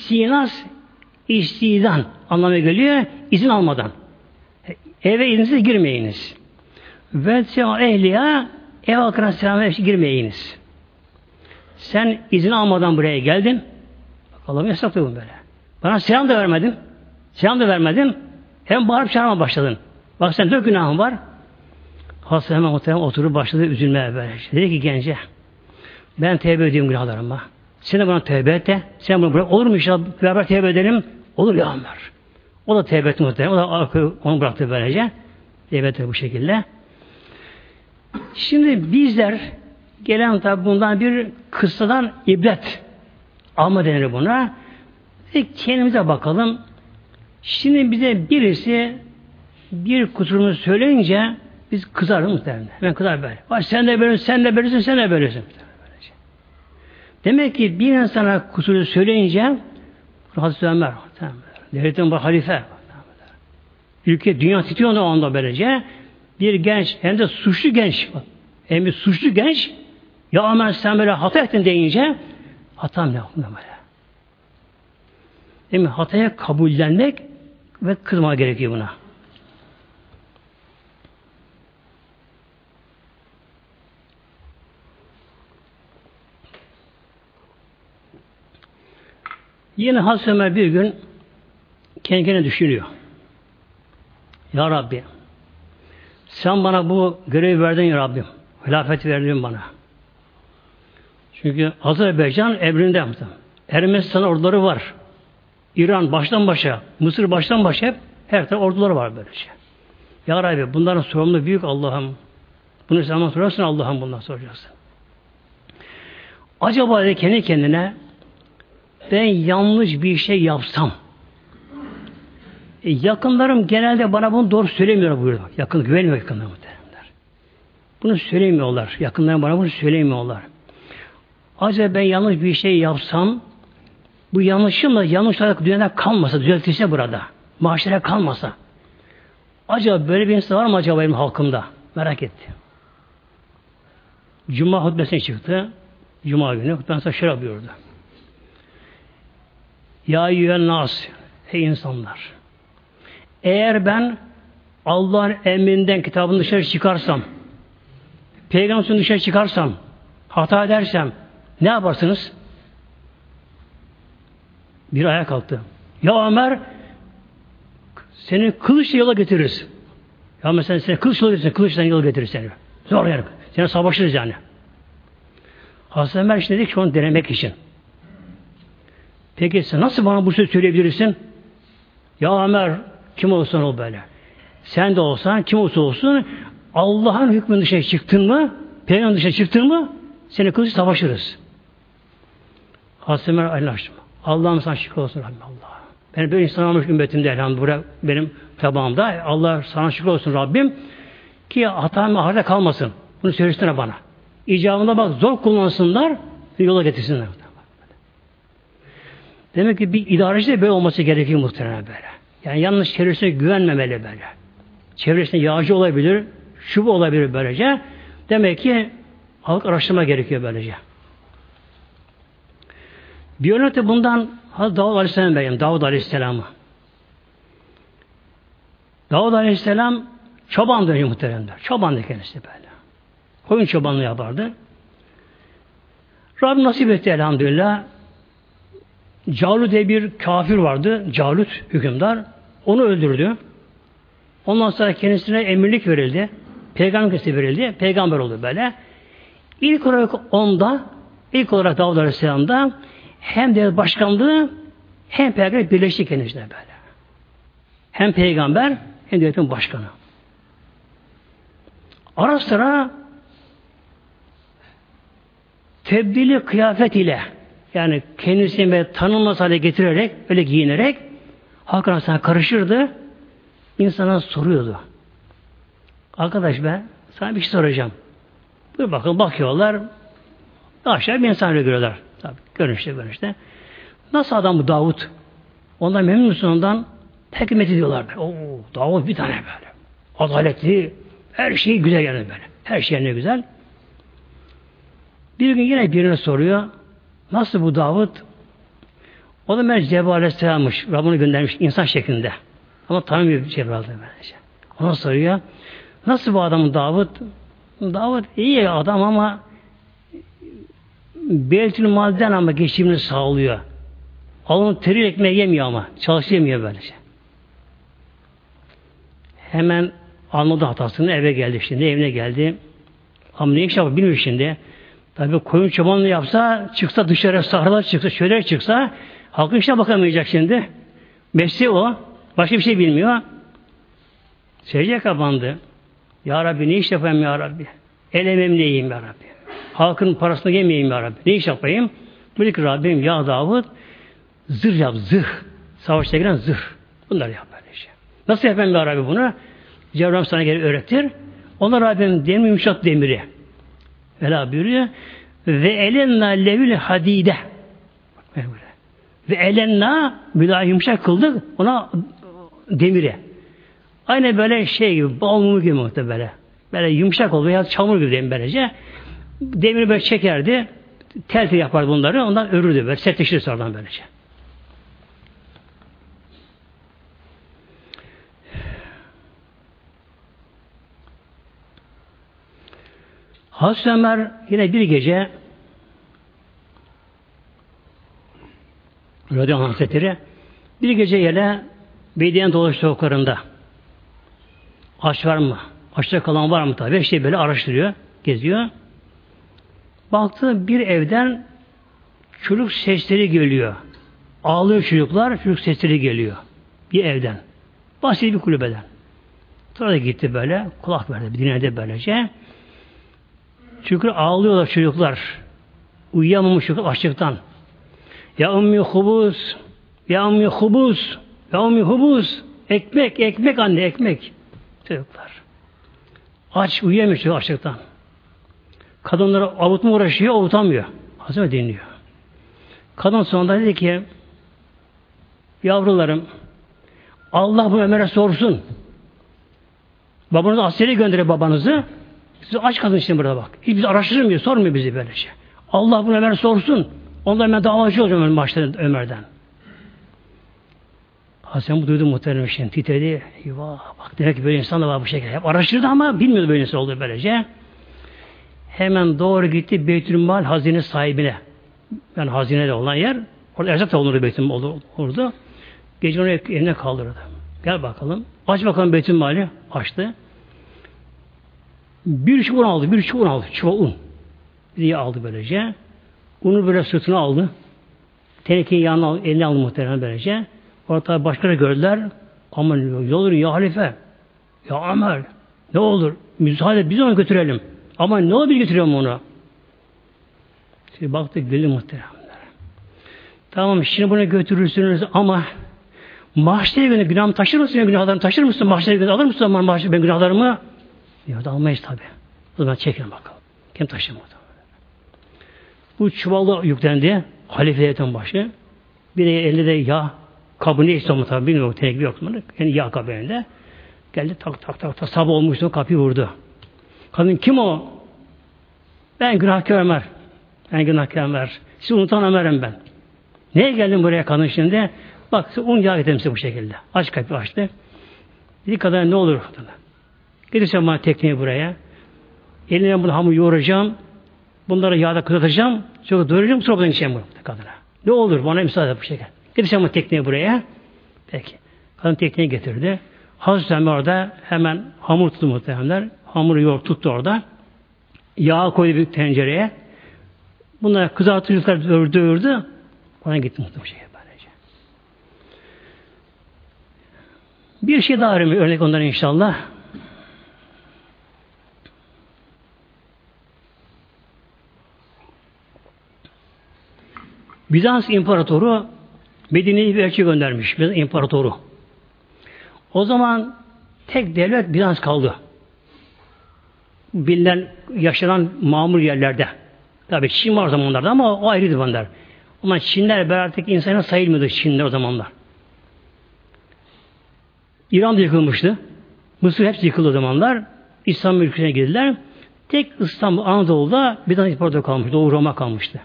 istidan anlamına geliyor. İzin almadan. Eve izinsiz girmeyiniz. Ve ehliya ev halkına selamına girmeyiniz. Sen izin almadan buraya geldin. Bak Allah'ım yasaklıyor bunu böyle. Bana selam da vermedin. Selam da vermedin. Hem bağırıp çağırma başladın. Bak sen 4 günahın var. Hasta hemen oturup başladı üzülmeye böyle. Dedi ki gence ben tevbe ediyorum günahlarıma. Sen de bana tevbe et de. Sen bunu bırak. Olur mu inşallah beraber tevbe edelim? Olur ya Ömer. O da tevbe etti muhtemelen. O da onu bıraktı böylece. Tevbe etti bu şekilde. Şimdi bizler gelen tabi bundan bir kıssadan ibret alma denir buna. Kendimize bakalım. Şimdi bize birisi bir kusurumuzu söyleyince biz kızarız muhtemelen. Ben kızar böyle. Bak sen de böylesin, sen de böylesin, sen de böylesin. Demek ki bir insana kusuru söyleyince Hazreti Ömer, devletin bu halife, ülke dünya titriyor o anda böylece bir genç, hem de suçlu genç, hem de suçlu genç, ya Ömer sen böyle hata ettin deyince hatam ne oldu böyle? Değil mi? Hataya kabullenmek ve kızma gerekiyor buna. Yine Hazreti Ömer bir gün kendine düşünüyor. Ya Rabbi, sen bana bu görevi verdin ya Rabbim. Hilafeti verdin bana. Çünkü Azerbaycan emrinde. Ermenistan orduları var. İran baştan başa, Mısır baştan başa hep her taraf orduları var böylece. Ya Rabbi bunların sorumluluğu büyük Allah'ım. Bunu sen sorarsın Allah'ım bundan soracaksın. Acaba de kendi kendine ben yanlış bir şey yapsam yakınlarım genelde bana bunu doğru söylemiyor buyuruyor. Yakın güvenmiyor yakınlarım. Bunu söylemiyorlar. Yakınlarım bana bunu söylemiyorlar. Acaba ben yanlış bir şey yapsam bu yanlışımla yanlış olarak dünyada kalmasa, düzeltilse burada. Maaşlara kalmasa. Acaba böyle bir insan var mı acaba benim halkımda? Merak etti. Cuma hutbesine çıktı. Cuma günü hutbesine şöyle buyurdu. Ya eyyühen nas, ey insanlar. Eğer ben Allah'ın emrinden kitabını dışarı çıkarsam, Peygamber'in dışarı çıkarsam, hata edersem ne yaparsınız? Bir ayağa kalktı. Ya Ömer seni kılıçla yola getiririz. Ya mesela seni kılıçla yola getiririz. Kılıçla yola getiririz seni. Zor yani. Seni savaşırız yani. Hazreti Ömer işte dedik ki onu denemek için. Peki sen nasıl bana bu sözü söyleyebilirsin? Ya Ömer kim olsan ol böyle. Sen de olsan kim olsa olsun Allah'ın hükmünün dışına çıktın mı Peygamber'in dışına çıktın mı seni kılıçla savaşırız. Hazreti Ömer anlaştım. Allah'ım sana şükür olsun Rabbim Allah. Ben böyle insan olmuş ümmetimde elhamdülillah benim tabağımda. Allah sana şükür olsun Rabbim ki hatam ahirete kalmasın. Bunu söylesene bana. İcabında bak zor kullansınlar yola getirsinler. Demek ki bir idareci de böyle olması gerekiyor muhtemelen böyle. Yani yanlış çevresine güvenmemeli böyle. Çevresinde yağcı olabilir, şubu olabilir böylece. Demek ki halk araştırma gerekiyor böylece. Bir örnek de bundan Hazreti Davud Aleyhisselam benim, Davud Aleyhisselam'ı. Davud Aleyhisselam çoban dönüyor muhteremler. Çobandı kendisi böyle. Koyun çobanlığı yapardı. Rabbim nasip etti elhamdülillah. Calut diye bir kafir vardı. Calut hükümdar. Onu öldürdü. Ondan sonra kendisine emirlik verildi. Peygamberlik verildi. Peygamber oldu böyle. İlk olarak Davud Aleyhisselam'da hem devlet başkanlığı hem peygamber birleşti kendisine böyle. Hem peygamber hem devletin başkanı. Ara sıra tebdili kıyafet ile yani kendisini böyle tanınmaz hale getirerek öyle giyinerek halk arasına karışırdı. İnsana soruyordu. Arkadaş ben sana bir şey soracağım. Buyur bakın bakıyorlar. Aşağı bir insan öyle görüyorlar. Tabii görünüşte. Nasıl adam bu Davut? Ondan memnun musun ondan? Hikmet ediyorlar böyle. Oo, Davut bir tane böyle. Adaletli. Her şey güzel yani böyle. Her şey ne güzel. Bir gün yine birine soruyor. Nasıl bu Davut? O da Cebrail Aleyhisselam'mış. Rabbini göndermiş insan şeklinde. Ama tanımıyor Cebrail'de böylece. Ona soruyor. Nasıl bu adamın Davut? Davut iyi adam ama Beytül Mal'den ama geçimini sağlıyor. Alın teri ekmeği yemiyor ama. Çalışamıyor böylece. Hemen anladı hatasını eve geldi şimdi. Evine geldi. Ama ne iş yapar bilmiyor şimdi. Tabii koyun çobanlığı yapsa, çıksa dışarı sahralar çıksa, şöyle çıksa halkın işine bakamayacak şimdi. Mesleği o. Başka bir şey bilmiyor. Secdeye kapandı. Ya Rabbi ne iş yapayım ya Rabbi? El emeğimi ne yiyeyim ya Rabbi? Halkın parasını yemeyeyim ya Rabbi. Ne iş yapayım? Dedi ki Rabbim ya Davud zırh yap, zırh. Savaşta giren zırh. Bunları yap böyle şey. Nasıl yapayım ya Rabbi bunu? Cebrail sana gelip öğretir. Ona Rabbim demir yumuşat demiri. Vela buyuruyor. Ve elenna levül hadide. Ve elenna bir daha yumuşak kıldık ona demiri. Aynı böyle şey gibi, bal mumu gibi muhtemelen böyle. Böyle yumuşak oldu ya çamur gibi diyeyim böylece. Demiri böyle çekerdi. Tel yapardı bunları. Ondan örürdü böyle. Sertleşirdi sonradan böylece. Hazreti Ömer yine bir gece Radıyallahu anh Hazretleri bir gece yine Bediye'nin dolaştığı sokaklarında aç var mı? Açta kalan var mı tabi? İşte böyle araştırıyor, geziyor. Baktı bir evden çocuk sesleri geliyor. Ağlıyor çocuklar, çocuk sesleri geliyor. Bir evden. Basit bir kulübeden. Sonra da gitti böyle, kulak verdi, dinledi böylece. Çünkü ağlıyorlar çocuklar. Uyuyamamış çocuk açlıktan. Ya ummi hubuz, ya ummi hubuz, ya ummi hubuz. Ekmek, ekmek anne, ekmek. Çocuklar. Aç, uyuyamıyor çocuk açlıktan. Kadınlara avutma uğraşıyor, avutamıyor. Hazreti dinliyor. Kadın sonunda dedi ki, yavrularım, Allah bu Ömer'e sorsun. Babanız askere gönderiyor babanızı. Siz aç kalın işte burada bak. Hiç bizi araştırmıyor, sormuyor bizi böylece. Allah bunu Ömer'e sorsun. Ondan ben davacı olacağım Ömer'den. Hasan bu duydu muhtemelen şimdi titredi. Eyvah bak demek ki böyle insan da var bu şekilde. Hep araştırdı ama bilmiyordu böyle insan olduğu böylece. Hemen doğru gitti Beytülmal hazine sahibine. Yani hazinede olan yer. Orada erzak da olurdu Beytülmal olurdu. Gece onu eline kaldırdı. Gel bakalım. Aç bakalım Beytülmal'i. Açtı. Bir çuval un aldı. Bir çuval un aldı. Çuval un. Diye aldı böylece. Unu böyle sırtına aldı. Tenekeyi yanına eline aldı muhtemelen böylece. Orada başkaları gördüler. Aman ne olur ya halife. Ya Ömer. Ne olur. Müsaade biz onu götürelim. Ama ne olur bir götürüyorum onu. Şimdi baktık güldü muhtemelen. Tamam şimdi bunu götürürsünüz ama mahşere günü günahımı taşır mısın? Günahlarımı taşır mısın? Mahşere günü alır mısın? Mahşere ben günahlarımı? Ya da almayız tabi. O zaman çekin bakalım. Kim taşımadı? Bu çuvalda yüklendi. Halife devletin başı. Bir de elde de yağ kabı neyse ama tabi bilmiyorum. Tenekli yok. Yani yağ kabı elinde. Geldi tak tak tak tak sabah olmuştu. Kapıyı vurdu. Kadın kim o? Ben günahkar Ömer. Ben günahkar Ömer. Sizi unutan Ömer'im ben. Neye geldin buraya kadın şimdi? Bak un yağ getirdim size bu şekilde. Aç kapıyı açtı. Dedi kadar ne olur? Getirsen bana tekneyi buraya. Eline bunu hamur yoğuracağım. Bunları yağda kızartacağım. Sonra doyuracağım. Sonra buradan içeceğim bunu kadına. Ne olur bana müsaade et bu şekilde. Getirsen bana tekneyi buraya. Peki. Kadın tekneyi getirdi. Hazreti Ömer orada hemen hamur tuttu muhtemelenler. Hamuru yoğur tuttu orada. Yağ koydu bir tencereye. Bunları kızartıcılar dövürdü. Ona gitti muhtemelen bu şekilde böylece. Bir şey daha örnek ondan inşallah. Bizans İmparatoru Medine'ye bir elçi göndermiş. Bizans İmparatoru. O zaman tek devlet Bizans kaldı. Bilinen, yaşanan mamur yerlerde. Tabii Çin var o zamanlarda ama o ayrıydı bunlar. Ama Çinler artık insana sayılmıyordu Çinler o zamanlar. İran da yıkılmıştı. Mısır hepsi yıkıldı o zamanlar. İslam ülkesine girdiler. Tek İstanbul, Anadolu'da Bizans İmparatoru kalmıştı. Doğu Roma kalmıştı.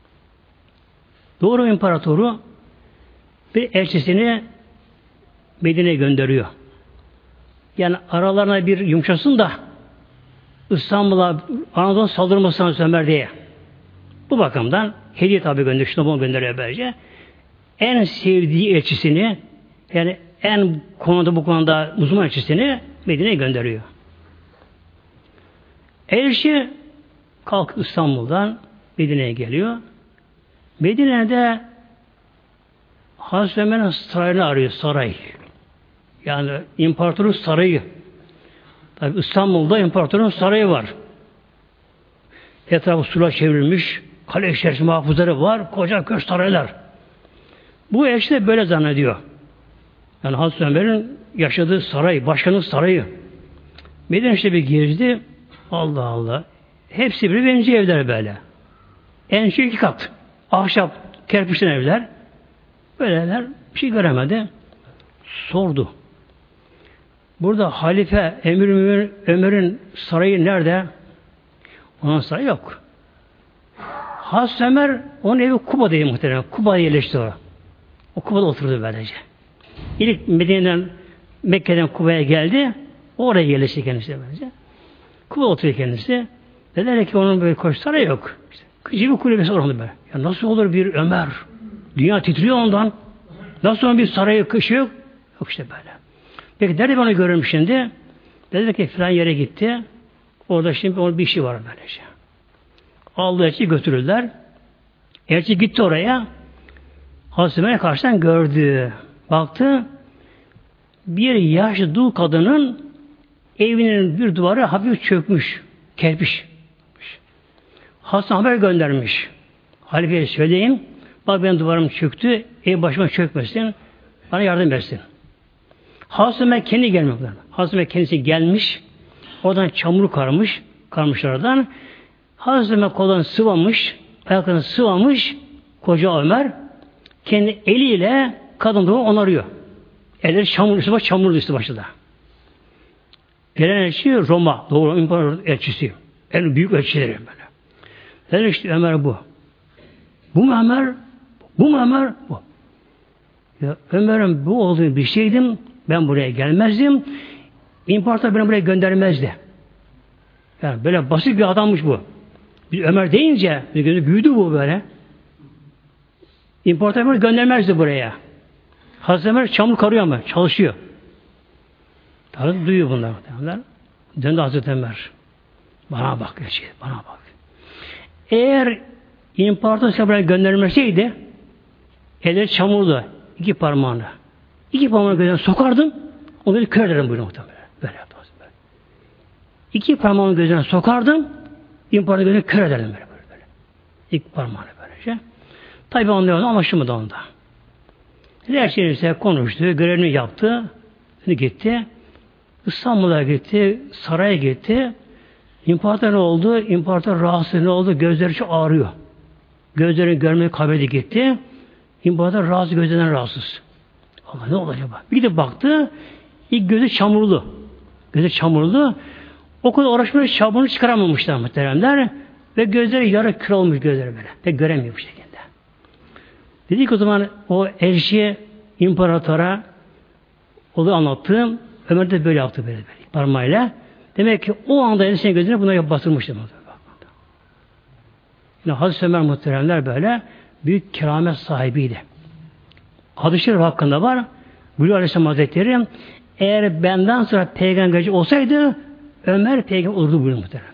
Doğu İmparatoru bir elçisini Medine'ye gönderiyor. Yani aralarına bir yumuşasın da İstanbul'a Anadolu saldırmasına Ömer diye. Bu bakımdan hediye tabi gönderiyor. Şunu gönderiyor böylece. En sevdiği elçisini yani en konuda bu konuda uzman elçisini Medine'ye gönderiyor. Elçi kalk İstanbul'dan Medine'ye geliyor. Medine'de Hazreti Ömer'in sarayını arıyor. Saray. Yani imparatorun sarayı. Tabi İstanbul'da imparatorun sarayı var. Etrafı sura çevrilmiş. Kale içerisinde muhafızları var. Koca köşk saraylar. Bu elçi de böyle zannediyor. Yani Hazreti Ömer'in yaşadığı saray, başkanın sarayı. Medine işte bir girdi. Allah Allah. Hepsi bir benziyor evler böyle. En şey 2 kat. Ahşap, kerpiçten evler. Böyle evler bir şey göremedi. Sordu. Burada halife Emir Ömer'in sarayı nerede? Onun sarayı yok. Hazreti Ömer onun evi Kuba'daydı muhtemelen. Kuba'ya yerleşti o. O Kuba'da oturdu böylece. İlk Medine'den Mekke'den Kuba'ya geldi. Oraya yerleşti kendisi böylece. Kuba'da oturuyor kendisi. Dediler ki onun böyle koşsana yok. İşte, küçük bir kulübesi var onun böyle. Ya nasıl olur bir Ömer? Dünya titriyor ondan. Nasıl onun bir sarayı kışı yok? Yok işte böyle. Peki nerede onu görürüm şimdi? Dediler ki filan yere gitti. Orada şimdi onun bir işi var böylece. Aldı elçi götürürler. Elçi gitti oraya. Hazreti Ömer'e karşıdan gördü. Baktı. Bir yaşlı dul kadının evinin bir duvarı hafif çökmüş. Kerpiç. Hazreti haber göndermiş. Halife'ye söyleyin. Bak benim duvarım çöktü. Ev başıma çökmesin. Bana yardım etsin. Hazreti Ömer kendi gelmiyor. Hazreti Ömer kendisi gelmiş. Oradan çamur karmış oradan. Hazreti Ömer kollarını sıvamış. Ayaklarını sıvamış. Koca Ömer kendi eliyle kadın doğru onarıyor. Elleri çamurlu üstü başı da. Gelen elçi Roma. Doğru İmparator elçisi. En büyük elçileri böyle. Dedi işte Ömer bu. Bu mu Ömer? Bu mu Ömer? Bu. Ya Ömer'in bu olduğunu bir şeydim. Ben buraya gelmezdim. İmparator beni buraya göndermezdi. Yani böyle basit bir adammış bu. Bir Ömer deyince büyüdü bu böyle. İmparator beni göndermezdi buraya. Hazreti Ömer çamur karıyor ama çalışıyor. Tabii duyuyor bunlar. Döndü Hazreti Ömer. Bana bak. Bana bak. Eğer İmparator size buraya göndermeseydi elleri çamurlu. İki parmağını. İki parmağını gözüne sokardım. Onları kör ederim buyurun muhtemelen. Böyle yaptım. İki parmağını gözüne sokardım. İmparator gözüne kör ederdim böyle. İki parmağını böylece. Tabi anlayamadım anlaşılmadı onda. Her şey ise konuştu. Görevini yaptı. Gitti. İstanbul'a gitti. Saraya gitti. İmparator ne oldu? İmparator rahatsız ne oldu? Gözleri çok ağrıyor. Gözlerini görmeye kaybedi gitti. İmparator rahatsız, gözlerinden rahatsız. Allah ne oldu acaba? Bir de baktı. İlk gözü çamurlu. Gözü çamurlu. O kadar uğraşmış çamurunu çıkaramamışlar muhteremler. Ve gözleri yarı kör olmuş gözleri böyle. Pek göremiyor bu şekilde. Dedi ki o zaman o elçiye, imparatora onu anlattım. Ömer de böyle yaptı böyle parmağıyla. Demek ki o anda elçinin gözüne buna bastırmıştı. Yani Hazreti Ömer muhteremler böyle büyük keramet sahibiydi. Hadis-i Şerif hakkında var. Buyuruyor Aleyhisselam Hazretleri eğer benden sonra peygamberci olsaydı Ömer peygamber olurdu buyuruyor muhterem.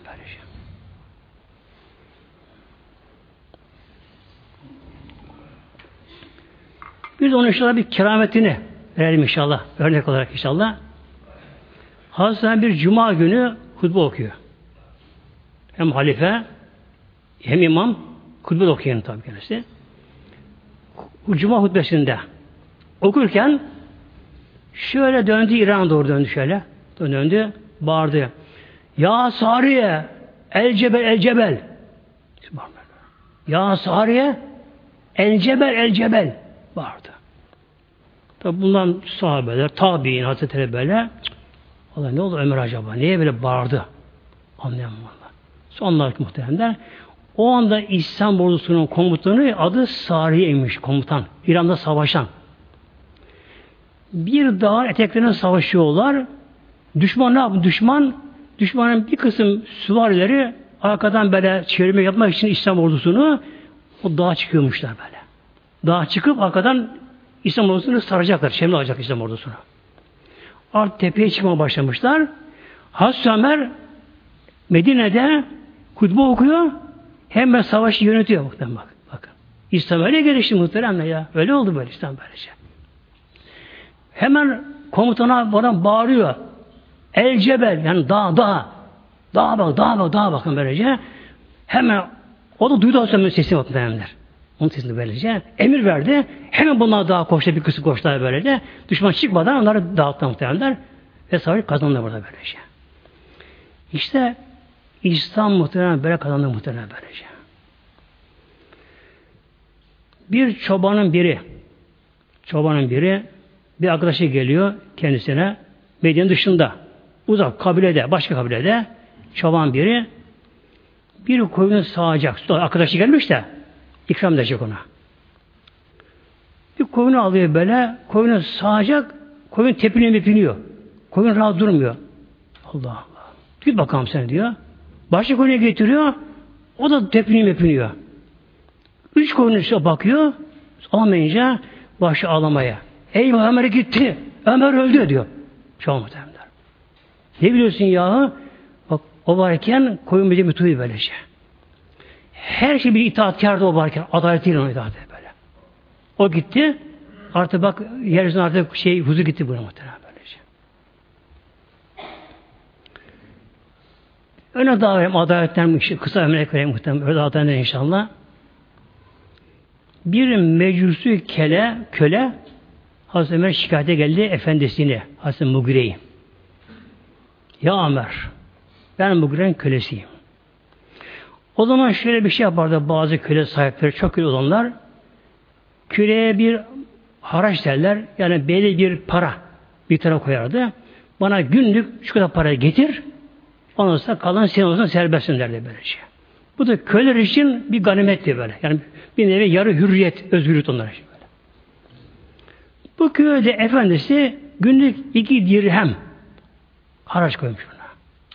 Biz onun inşallah bir kerametini verelim inşallah. Örnek olarak inşallah. Hazreti Ömer bir cuma günü hutbe okuyor. Hem halife hem imam hutbe okuyor tabi kendisi. Cuma hutbesinde okurken şöyle döndü, İran'a doğru döndü şöyle. Döndü, bağırdı. Ya Sariye, el cebel, el cebel. Ya Sariye, el cebel, el cebel. Bağırdı. Tabi bundan sahabeler, tabi'in, hazretleri böyle. Allah ne oldu Ömer acaba? Niye böyle bağırdı? Anlayamam valla. Sonraki muhteremler. O anda İslam ordusunun komutanı adı Sariye'ymiş komutan. İran'da savaşan. Bir dağın eteklerine savaşıyorlar. Düşman ne yapıyor? Düşmanın bir kısım süvarileri arkadan böyle çevirme yapmak için İslam ordusunu o dağa çıkıyormuşlar böyle. Dağa çıkıp arkadan İslam ordusunu saracaklar. Çemle alacak İslam ordusunu. Artık tepeye çıkmaya başlamışlar. Hazreti Ömer Medine'de hutbe okuyor. Hemen savaşı yönetiyor. Bakın. İslam öyle gelişti muhteremle ya. Öyle oldu böyle İslam böylece. Hemen komutana bana bağırıyor. El cebel yani dağa bakın böylece. Hemen o da duydu Hazreti sesini bakın muhteremler. Onun sesini böylece emir verdi. Hemen bunlar dağa koştu, bir kısım koştular böylece. Düşman çıkmadan onları dağıttı muhteremler. Ve savaşı kazandı burada böylece. İşte İslam muhterem böyle kazandı muhterem böylece. Bir çobanın biri bir arkadaşı geliyor kendisine Medine dışında uzak kabilede, başka kabilede çoban biri bir koyunu sağacak. Arkadaşı gelmiş de ikram edecek ona. Bir koyunu alıyor böyle, koyunu sağacak, koyun tepiniyor. Koyun rahat durmuyor. Allah Allah. Git bakalım sen diyor. Başka koyuna getiriyor. O da tepiniyor. 3 koyun üstüne bakıyor. Alamayınca başı ağlamaya. Eyvah Ömer gitti. Ömer öldü diyor. Çok muhtemelen. Ne biliyorsun yahu? Bak o varken koyun bir tutuyor böylece. Her şey bir itaatkardı o varken. Adaletiyle ona itaat böyle. O gitti. Artık bak yeryüzüne artık huzur gitti buna muhtemelen böylece. Öne daha vereyim adaletten kısa örnek vereyim muhtemelen. Öyle adaletten inşallah. Bir mecusi köle Hazreti Ömer şikayete geldi efendisine Hazreti Mugire'yi. Ya Ömer ben Mugire'nin kölesiyim. O zaman şöyle bir şey yapardı bazı köle sahipleri, çok köle olanlar. Köleye bir haraç derler, yani belli bir para bir tarafa koyardı. Bana günlük şu kadar parayı getir, ondan sonra kalan senin olsun serbestsin derdi böylece. Bu da köleler için bir ganimetti böyle. Yani bir nevi yarı hürriyet, özgürlük onlar için böyle. Bu köyde efendisi günlük 2 dirhem haraç koymuş ona.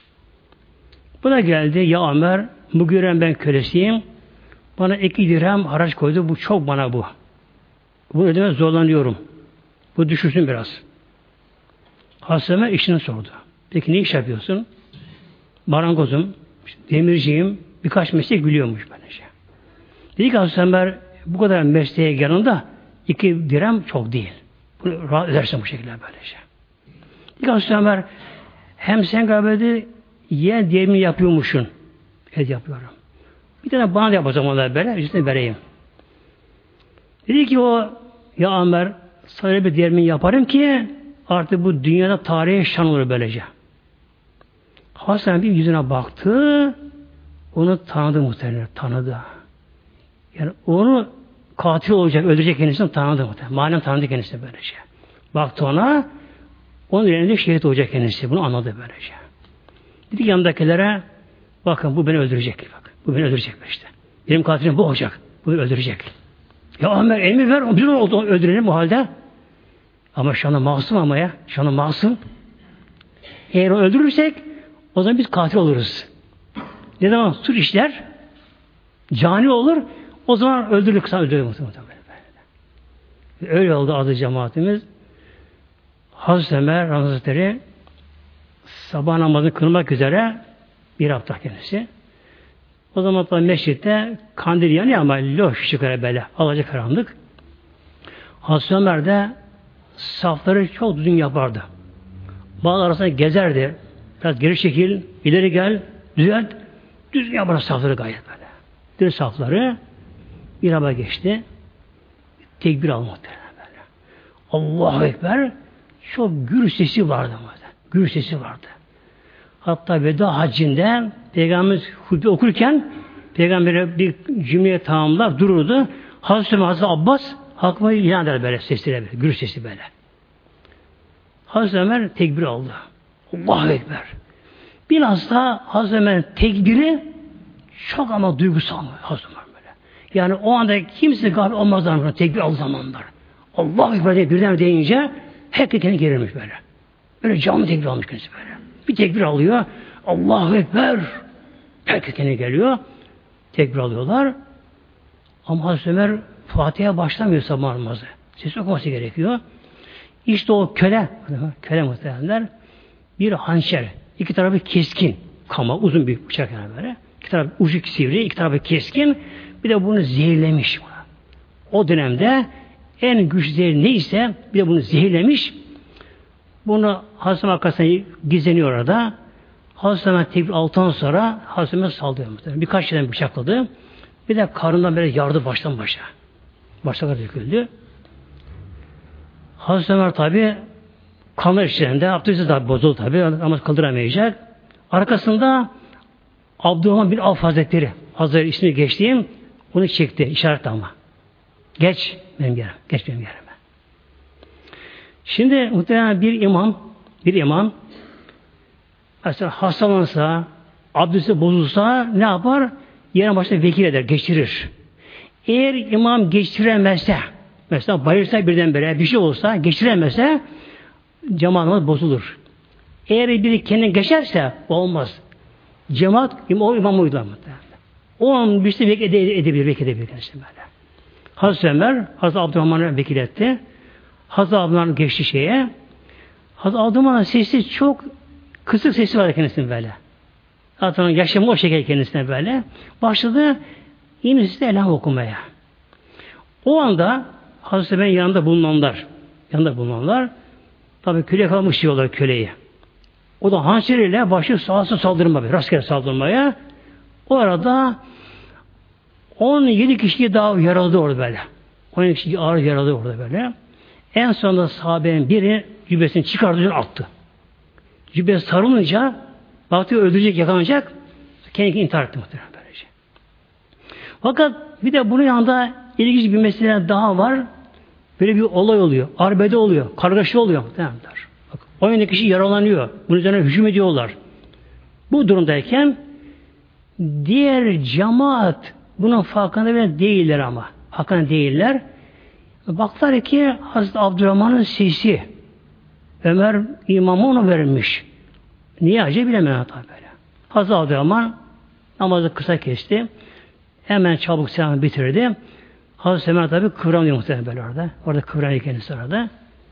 Bu da geldi, ya Ömer, bu gören ben kölesiyim. Bana 2 dirhem haraç koydu, bu çok bana bu. Bunu ödemeye zorlanıyorum. Bu düşürsün biraz. Hazreti Ömer işini sordu. Peki ne iş yapıyorsun? Marangozum, demirciyim, birkaç meslek biliyormuş böylece. Dedi ki Hazreti Ömer, bu kadar mesleğe yanında 2 dirhem çok değil. Bunu rahat edersin bu şekilde böylece. Dedi ki Hazreti Ömer, hem sen galiba yer diyerini yapıyormuşsun. Evet yapıyorum. Bir tane bana da yap o zamanlar böyle, üstüne vereyim. Dedi ki o, ya Ömer, sana bir diğerini yaparım ki artık bu dünyada tarihe şan olur böylece. Hasan bir yüzüne baktı, onu tanıdı muhtemelen, tanıdı. Yani onu katil olacak, öldürecek kendisini tanıdı muhtemelen. Manen tanıdı kendisini böylece. Baktı ona, onun elinde şehit olacak kendisi. Bunu anladı böylece. Dedi ki yanındakilere, bakın bu beni öldürecek. Bak, bu beni öldürecek işte. Benim katilim bu olacak. Bu öldürecek. Ya Ömer emir ver, biz onu öldürelim bu halde. Ama şu anda masum ama ya. Şu anda masum. Eğer onu öldürürsek o zaman biz katil oluruz. Ne zaman suç işler, cani olur, o zaman öldürülür, kısa öldürülür muhtemelen. Öyle oldu adı cemaatimiz. Hazreti Ömer Hazretleri sabah namazını kılmak üzere bir hafta kendisi. O zaman da meşritte kandil yanıyor ama loş çıkar böyle, alacakaranlık. Hazreti Ömer de safları çok düzgün yapardı. Bazı arasında gezerdi. Biraz geri çekil, ileri gel, düzelt. Düzgün yapardı safları gayet böyle. Düz safları bir araba geçti. Tekbir almadı böyle. Allahu Ekber. Çok gür sesi vardı. Gür sesi vardı. Hatta veda haccinde Peygamberimiz hutbe okurken Peygamber'e bir cümleye tamamlar dururdu. Hazreti Abbas halkıma ilan eder böyle sesiyle böyle. Gür sesi böyle. Hazreti Ömer tekbir aldı. Allahu Ekber. Bilhassa Hazreti Ömer'in tekbiri çok ama duygusal Hazreti Ömer böyle. Yani o anda kimse gafil olmazlar tekbir aldığı zamanlar. Allahu Ekber diye birden deyince herkes kendini gerilmiş böyle. Böyle canlı tekbir almış kendisi böyle. Bir tekbir alıyor. Allahu Ekber. Herkes kendine geliyor. Tekbir alıyorlar. Ama Hazreti Ömer Fatiha'ya başlamıyor sabah namazı. Sesi okuması gerekiyor. İşte o köle muhtemelenler bir hançer. 2 tarafı keskin. Kama, uzun bir bıçak yani böyle. 2 tarafı ucu sivri, 2 tarafı keskin. Bir de bunu zehirlemiş. O dönemde en güçlü zehir neyse bir de bunu zehirlemiş. Bunu Hazreti Ömer arkasına gizleniyor orada. Hazreti Ömer tekbir altıdan sonra Hazreti Ömer saldırıyor. Birkaç yerden bıçakladı. Bir de karnından böyle yardı baştan başa. Başta döküldü. Hazreti Ömer tabi kanlar içlerinde, abdesti tabi bozuldu tabi ama kaldıramayacak. Arkasında Abdurrahman bin Avf Hazretleri, Hazretleri ismini geçtiğim, onu çekti, işaret ama. Geç benim yerime, geç benim yerime. Şimdi muhtemelen bir imam mesela hastalansa, abdesti bozulsa ne yapar? Yerine başta vekil eder, geçirir. Eğer imam geçiremezse, mesela bayılırsa birdenbire bir şey olsa, geçiremezse cemaat namazı bozulur. Eğer biri kendine geçerse olmaz. Cemaat o imam uydular muhtemelen. O an bir şey edebilir işte böyle. Hazreti Ömer, Hazreti Abdurrahman'ı vekil etti. Hazreti Abdurrahman geçti şeye. Hazreti Abdurrahman'ın sesi çok kısık sesi var kendisinin böyle. Zaten yaşamı o şekilde kendisine böyle. Başladı yine size elham okumaya. O anda Hazreti Ömer'in yanında bulunanlar tabi köle kalmış diyorlar köleyi. O da hançeriyle başlıyor sağa saldırmaya, rastgele saldırmaya. O arada 17 kişi daha yaraladı orada böyle. 17 kişi ağır yaraladı orada böyle. En sonunda sahabenin biri cübbesini çıkardı, attı. Cübbesi sarılınca baktı öldürecek, yakalanacak. Kendini intihar etti muhtemelen böylece. Fakat bir de bunun yanında ilginç bir mesele daha var. Böyle bir olay oluyor. Arbede oluyor. Kargaşa oluyor muhtemelen. 17 kişi yaralanıyor. Bunun üzerine hücum ediyorlar. Bu durumdayken diğer cemaat bunun farkında bile değiller ama. Farkında değiller. Baktılar ki Hazreti Abdurrahman'ın sesi Ömer imamı ona verilmiş. Niye acaba bilemem tabi böyle. Hazreti Abdurrahman namazı kısa kesti. Hemen çabuk selamı bitirdi. Hazreti Ömer tabi kıvranıyor muhtemelen böyle orada. Orada kıvranıyor kendisi orada.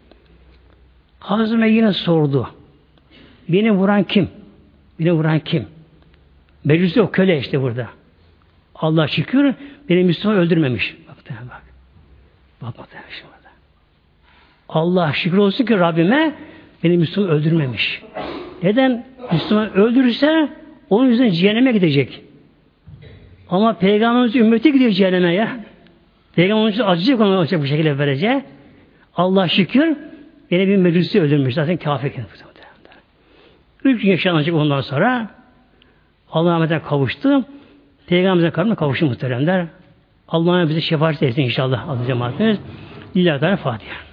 Hazreti Ömer yine sordu. Beni vuran kim? Beni vuran kim? Meclisi o köle işte burada. Allah şükür beni Müslüman öldürmemiş. Bak. Bak şimdi burada. Allah şükür olsun ki Rabbime beni Müslüman öldürmemiş. Neden? Müslüman öldürürse onun yüzünden cehenneme gidecek. Ama Peygamberimiz ümmeti gidiyor cehenneme ya. Peygamberimiz için acıyacak ona olacak bu şekilde verecek. Allah şükür beni bir meclisi öldürmüş. Zaten kafir kendisi. 3 gün yaşanacak ondan sonra Allah'a rahmetine kavuştu. Peygamberimize kavuştu muhteremler. Allah'a bize şefaat etsin inşallah aziz cemaatimiz. Lillahi Teala Fatiha.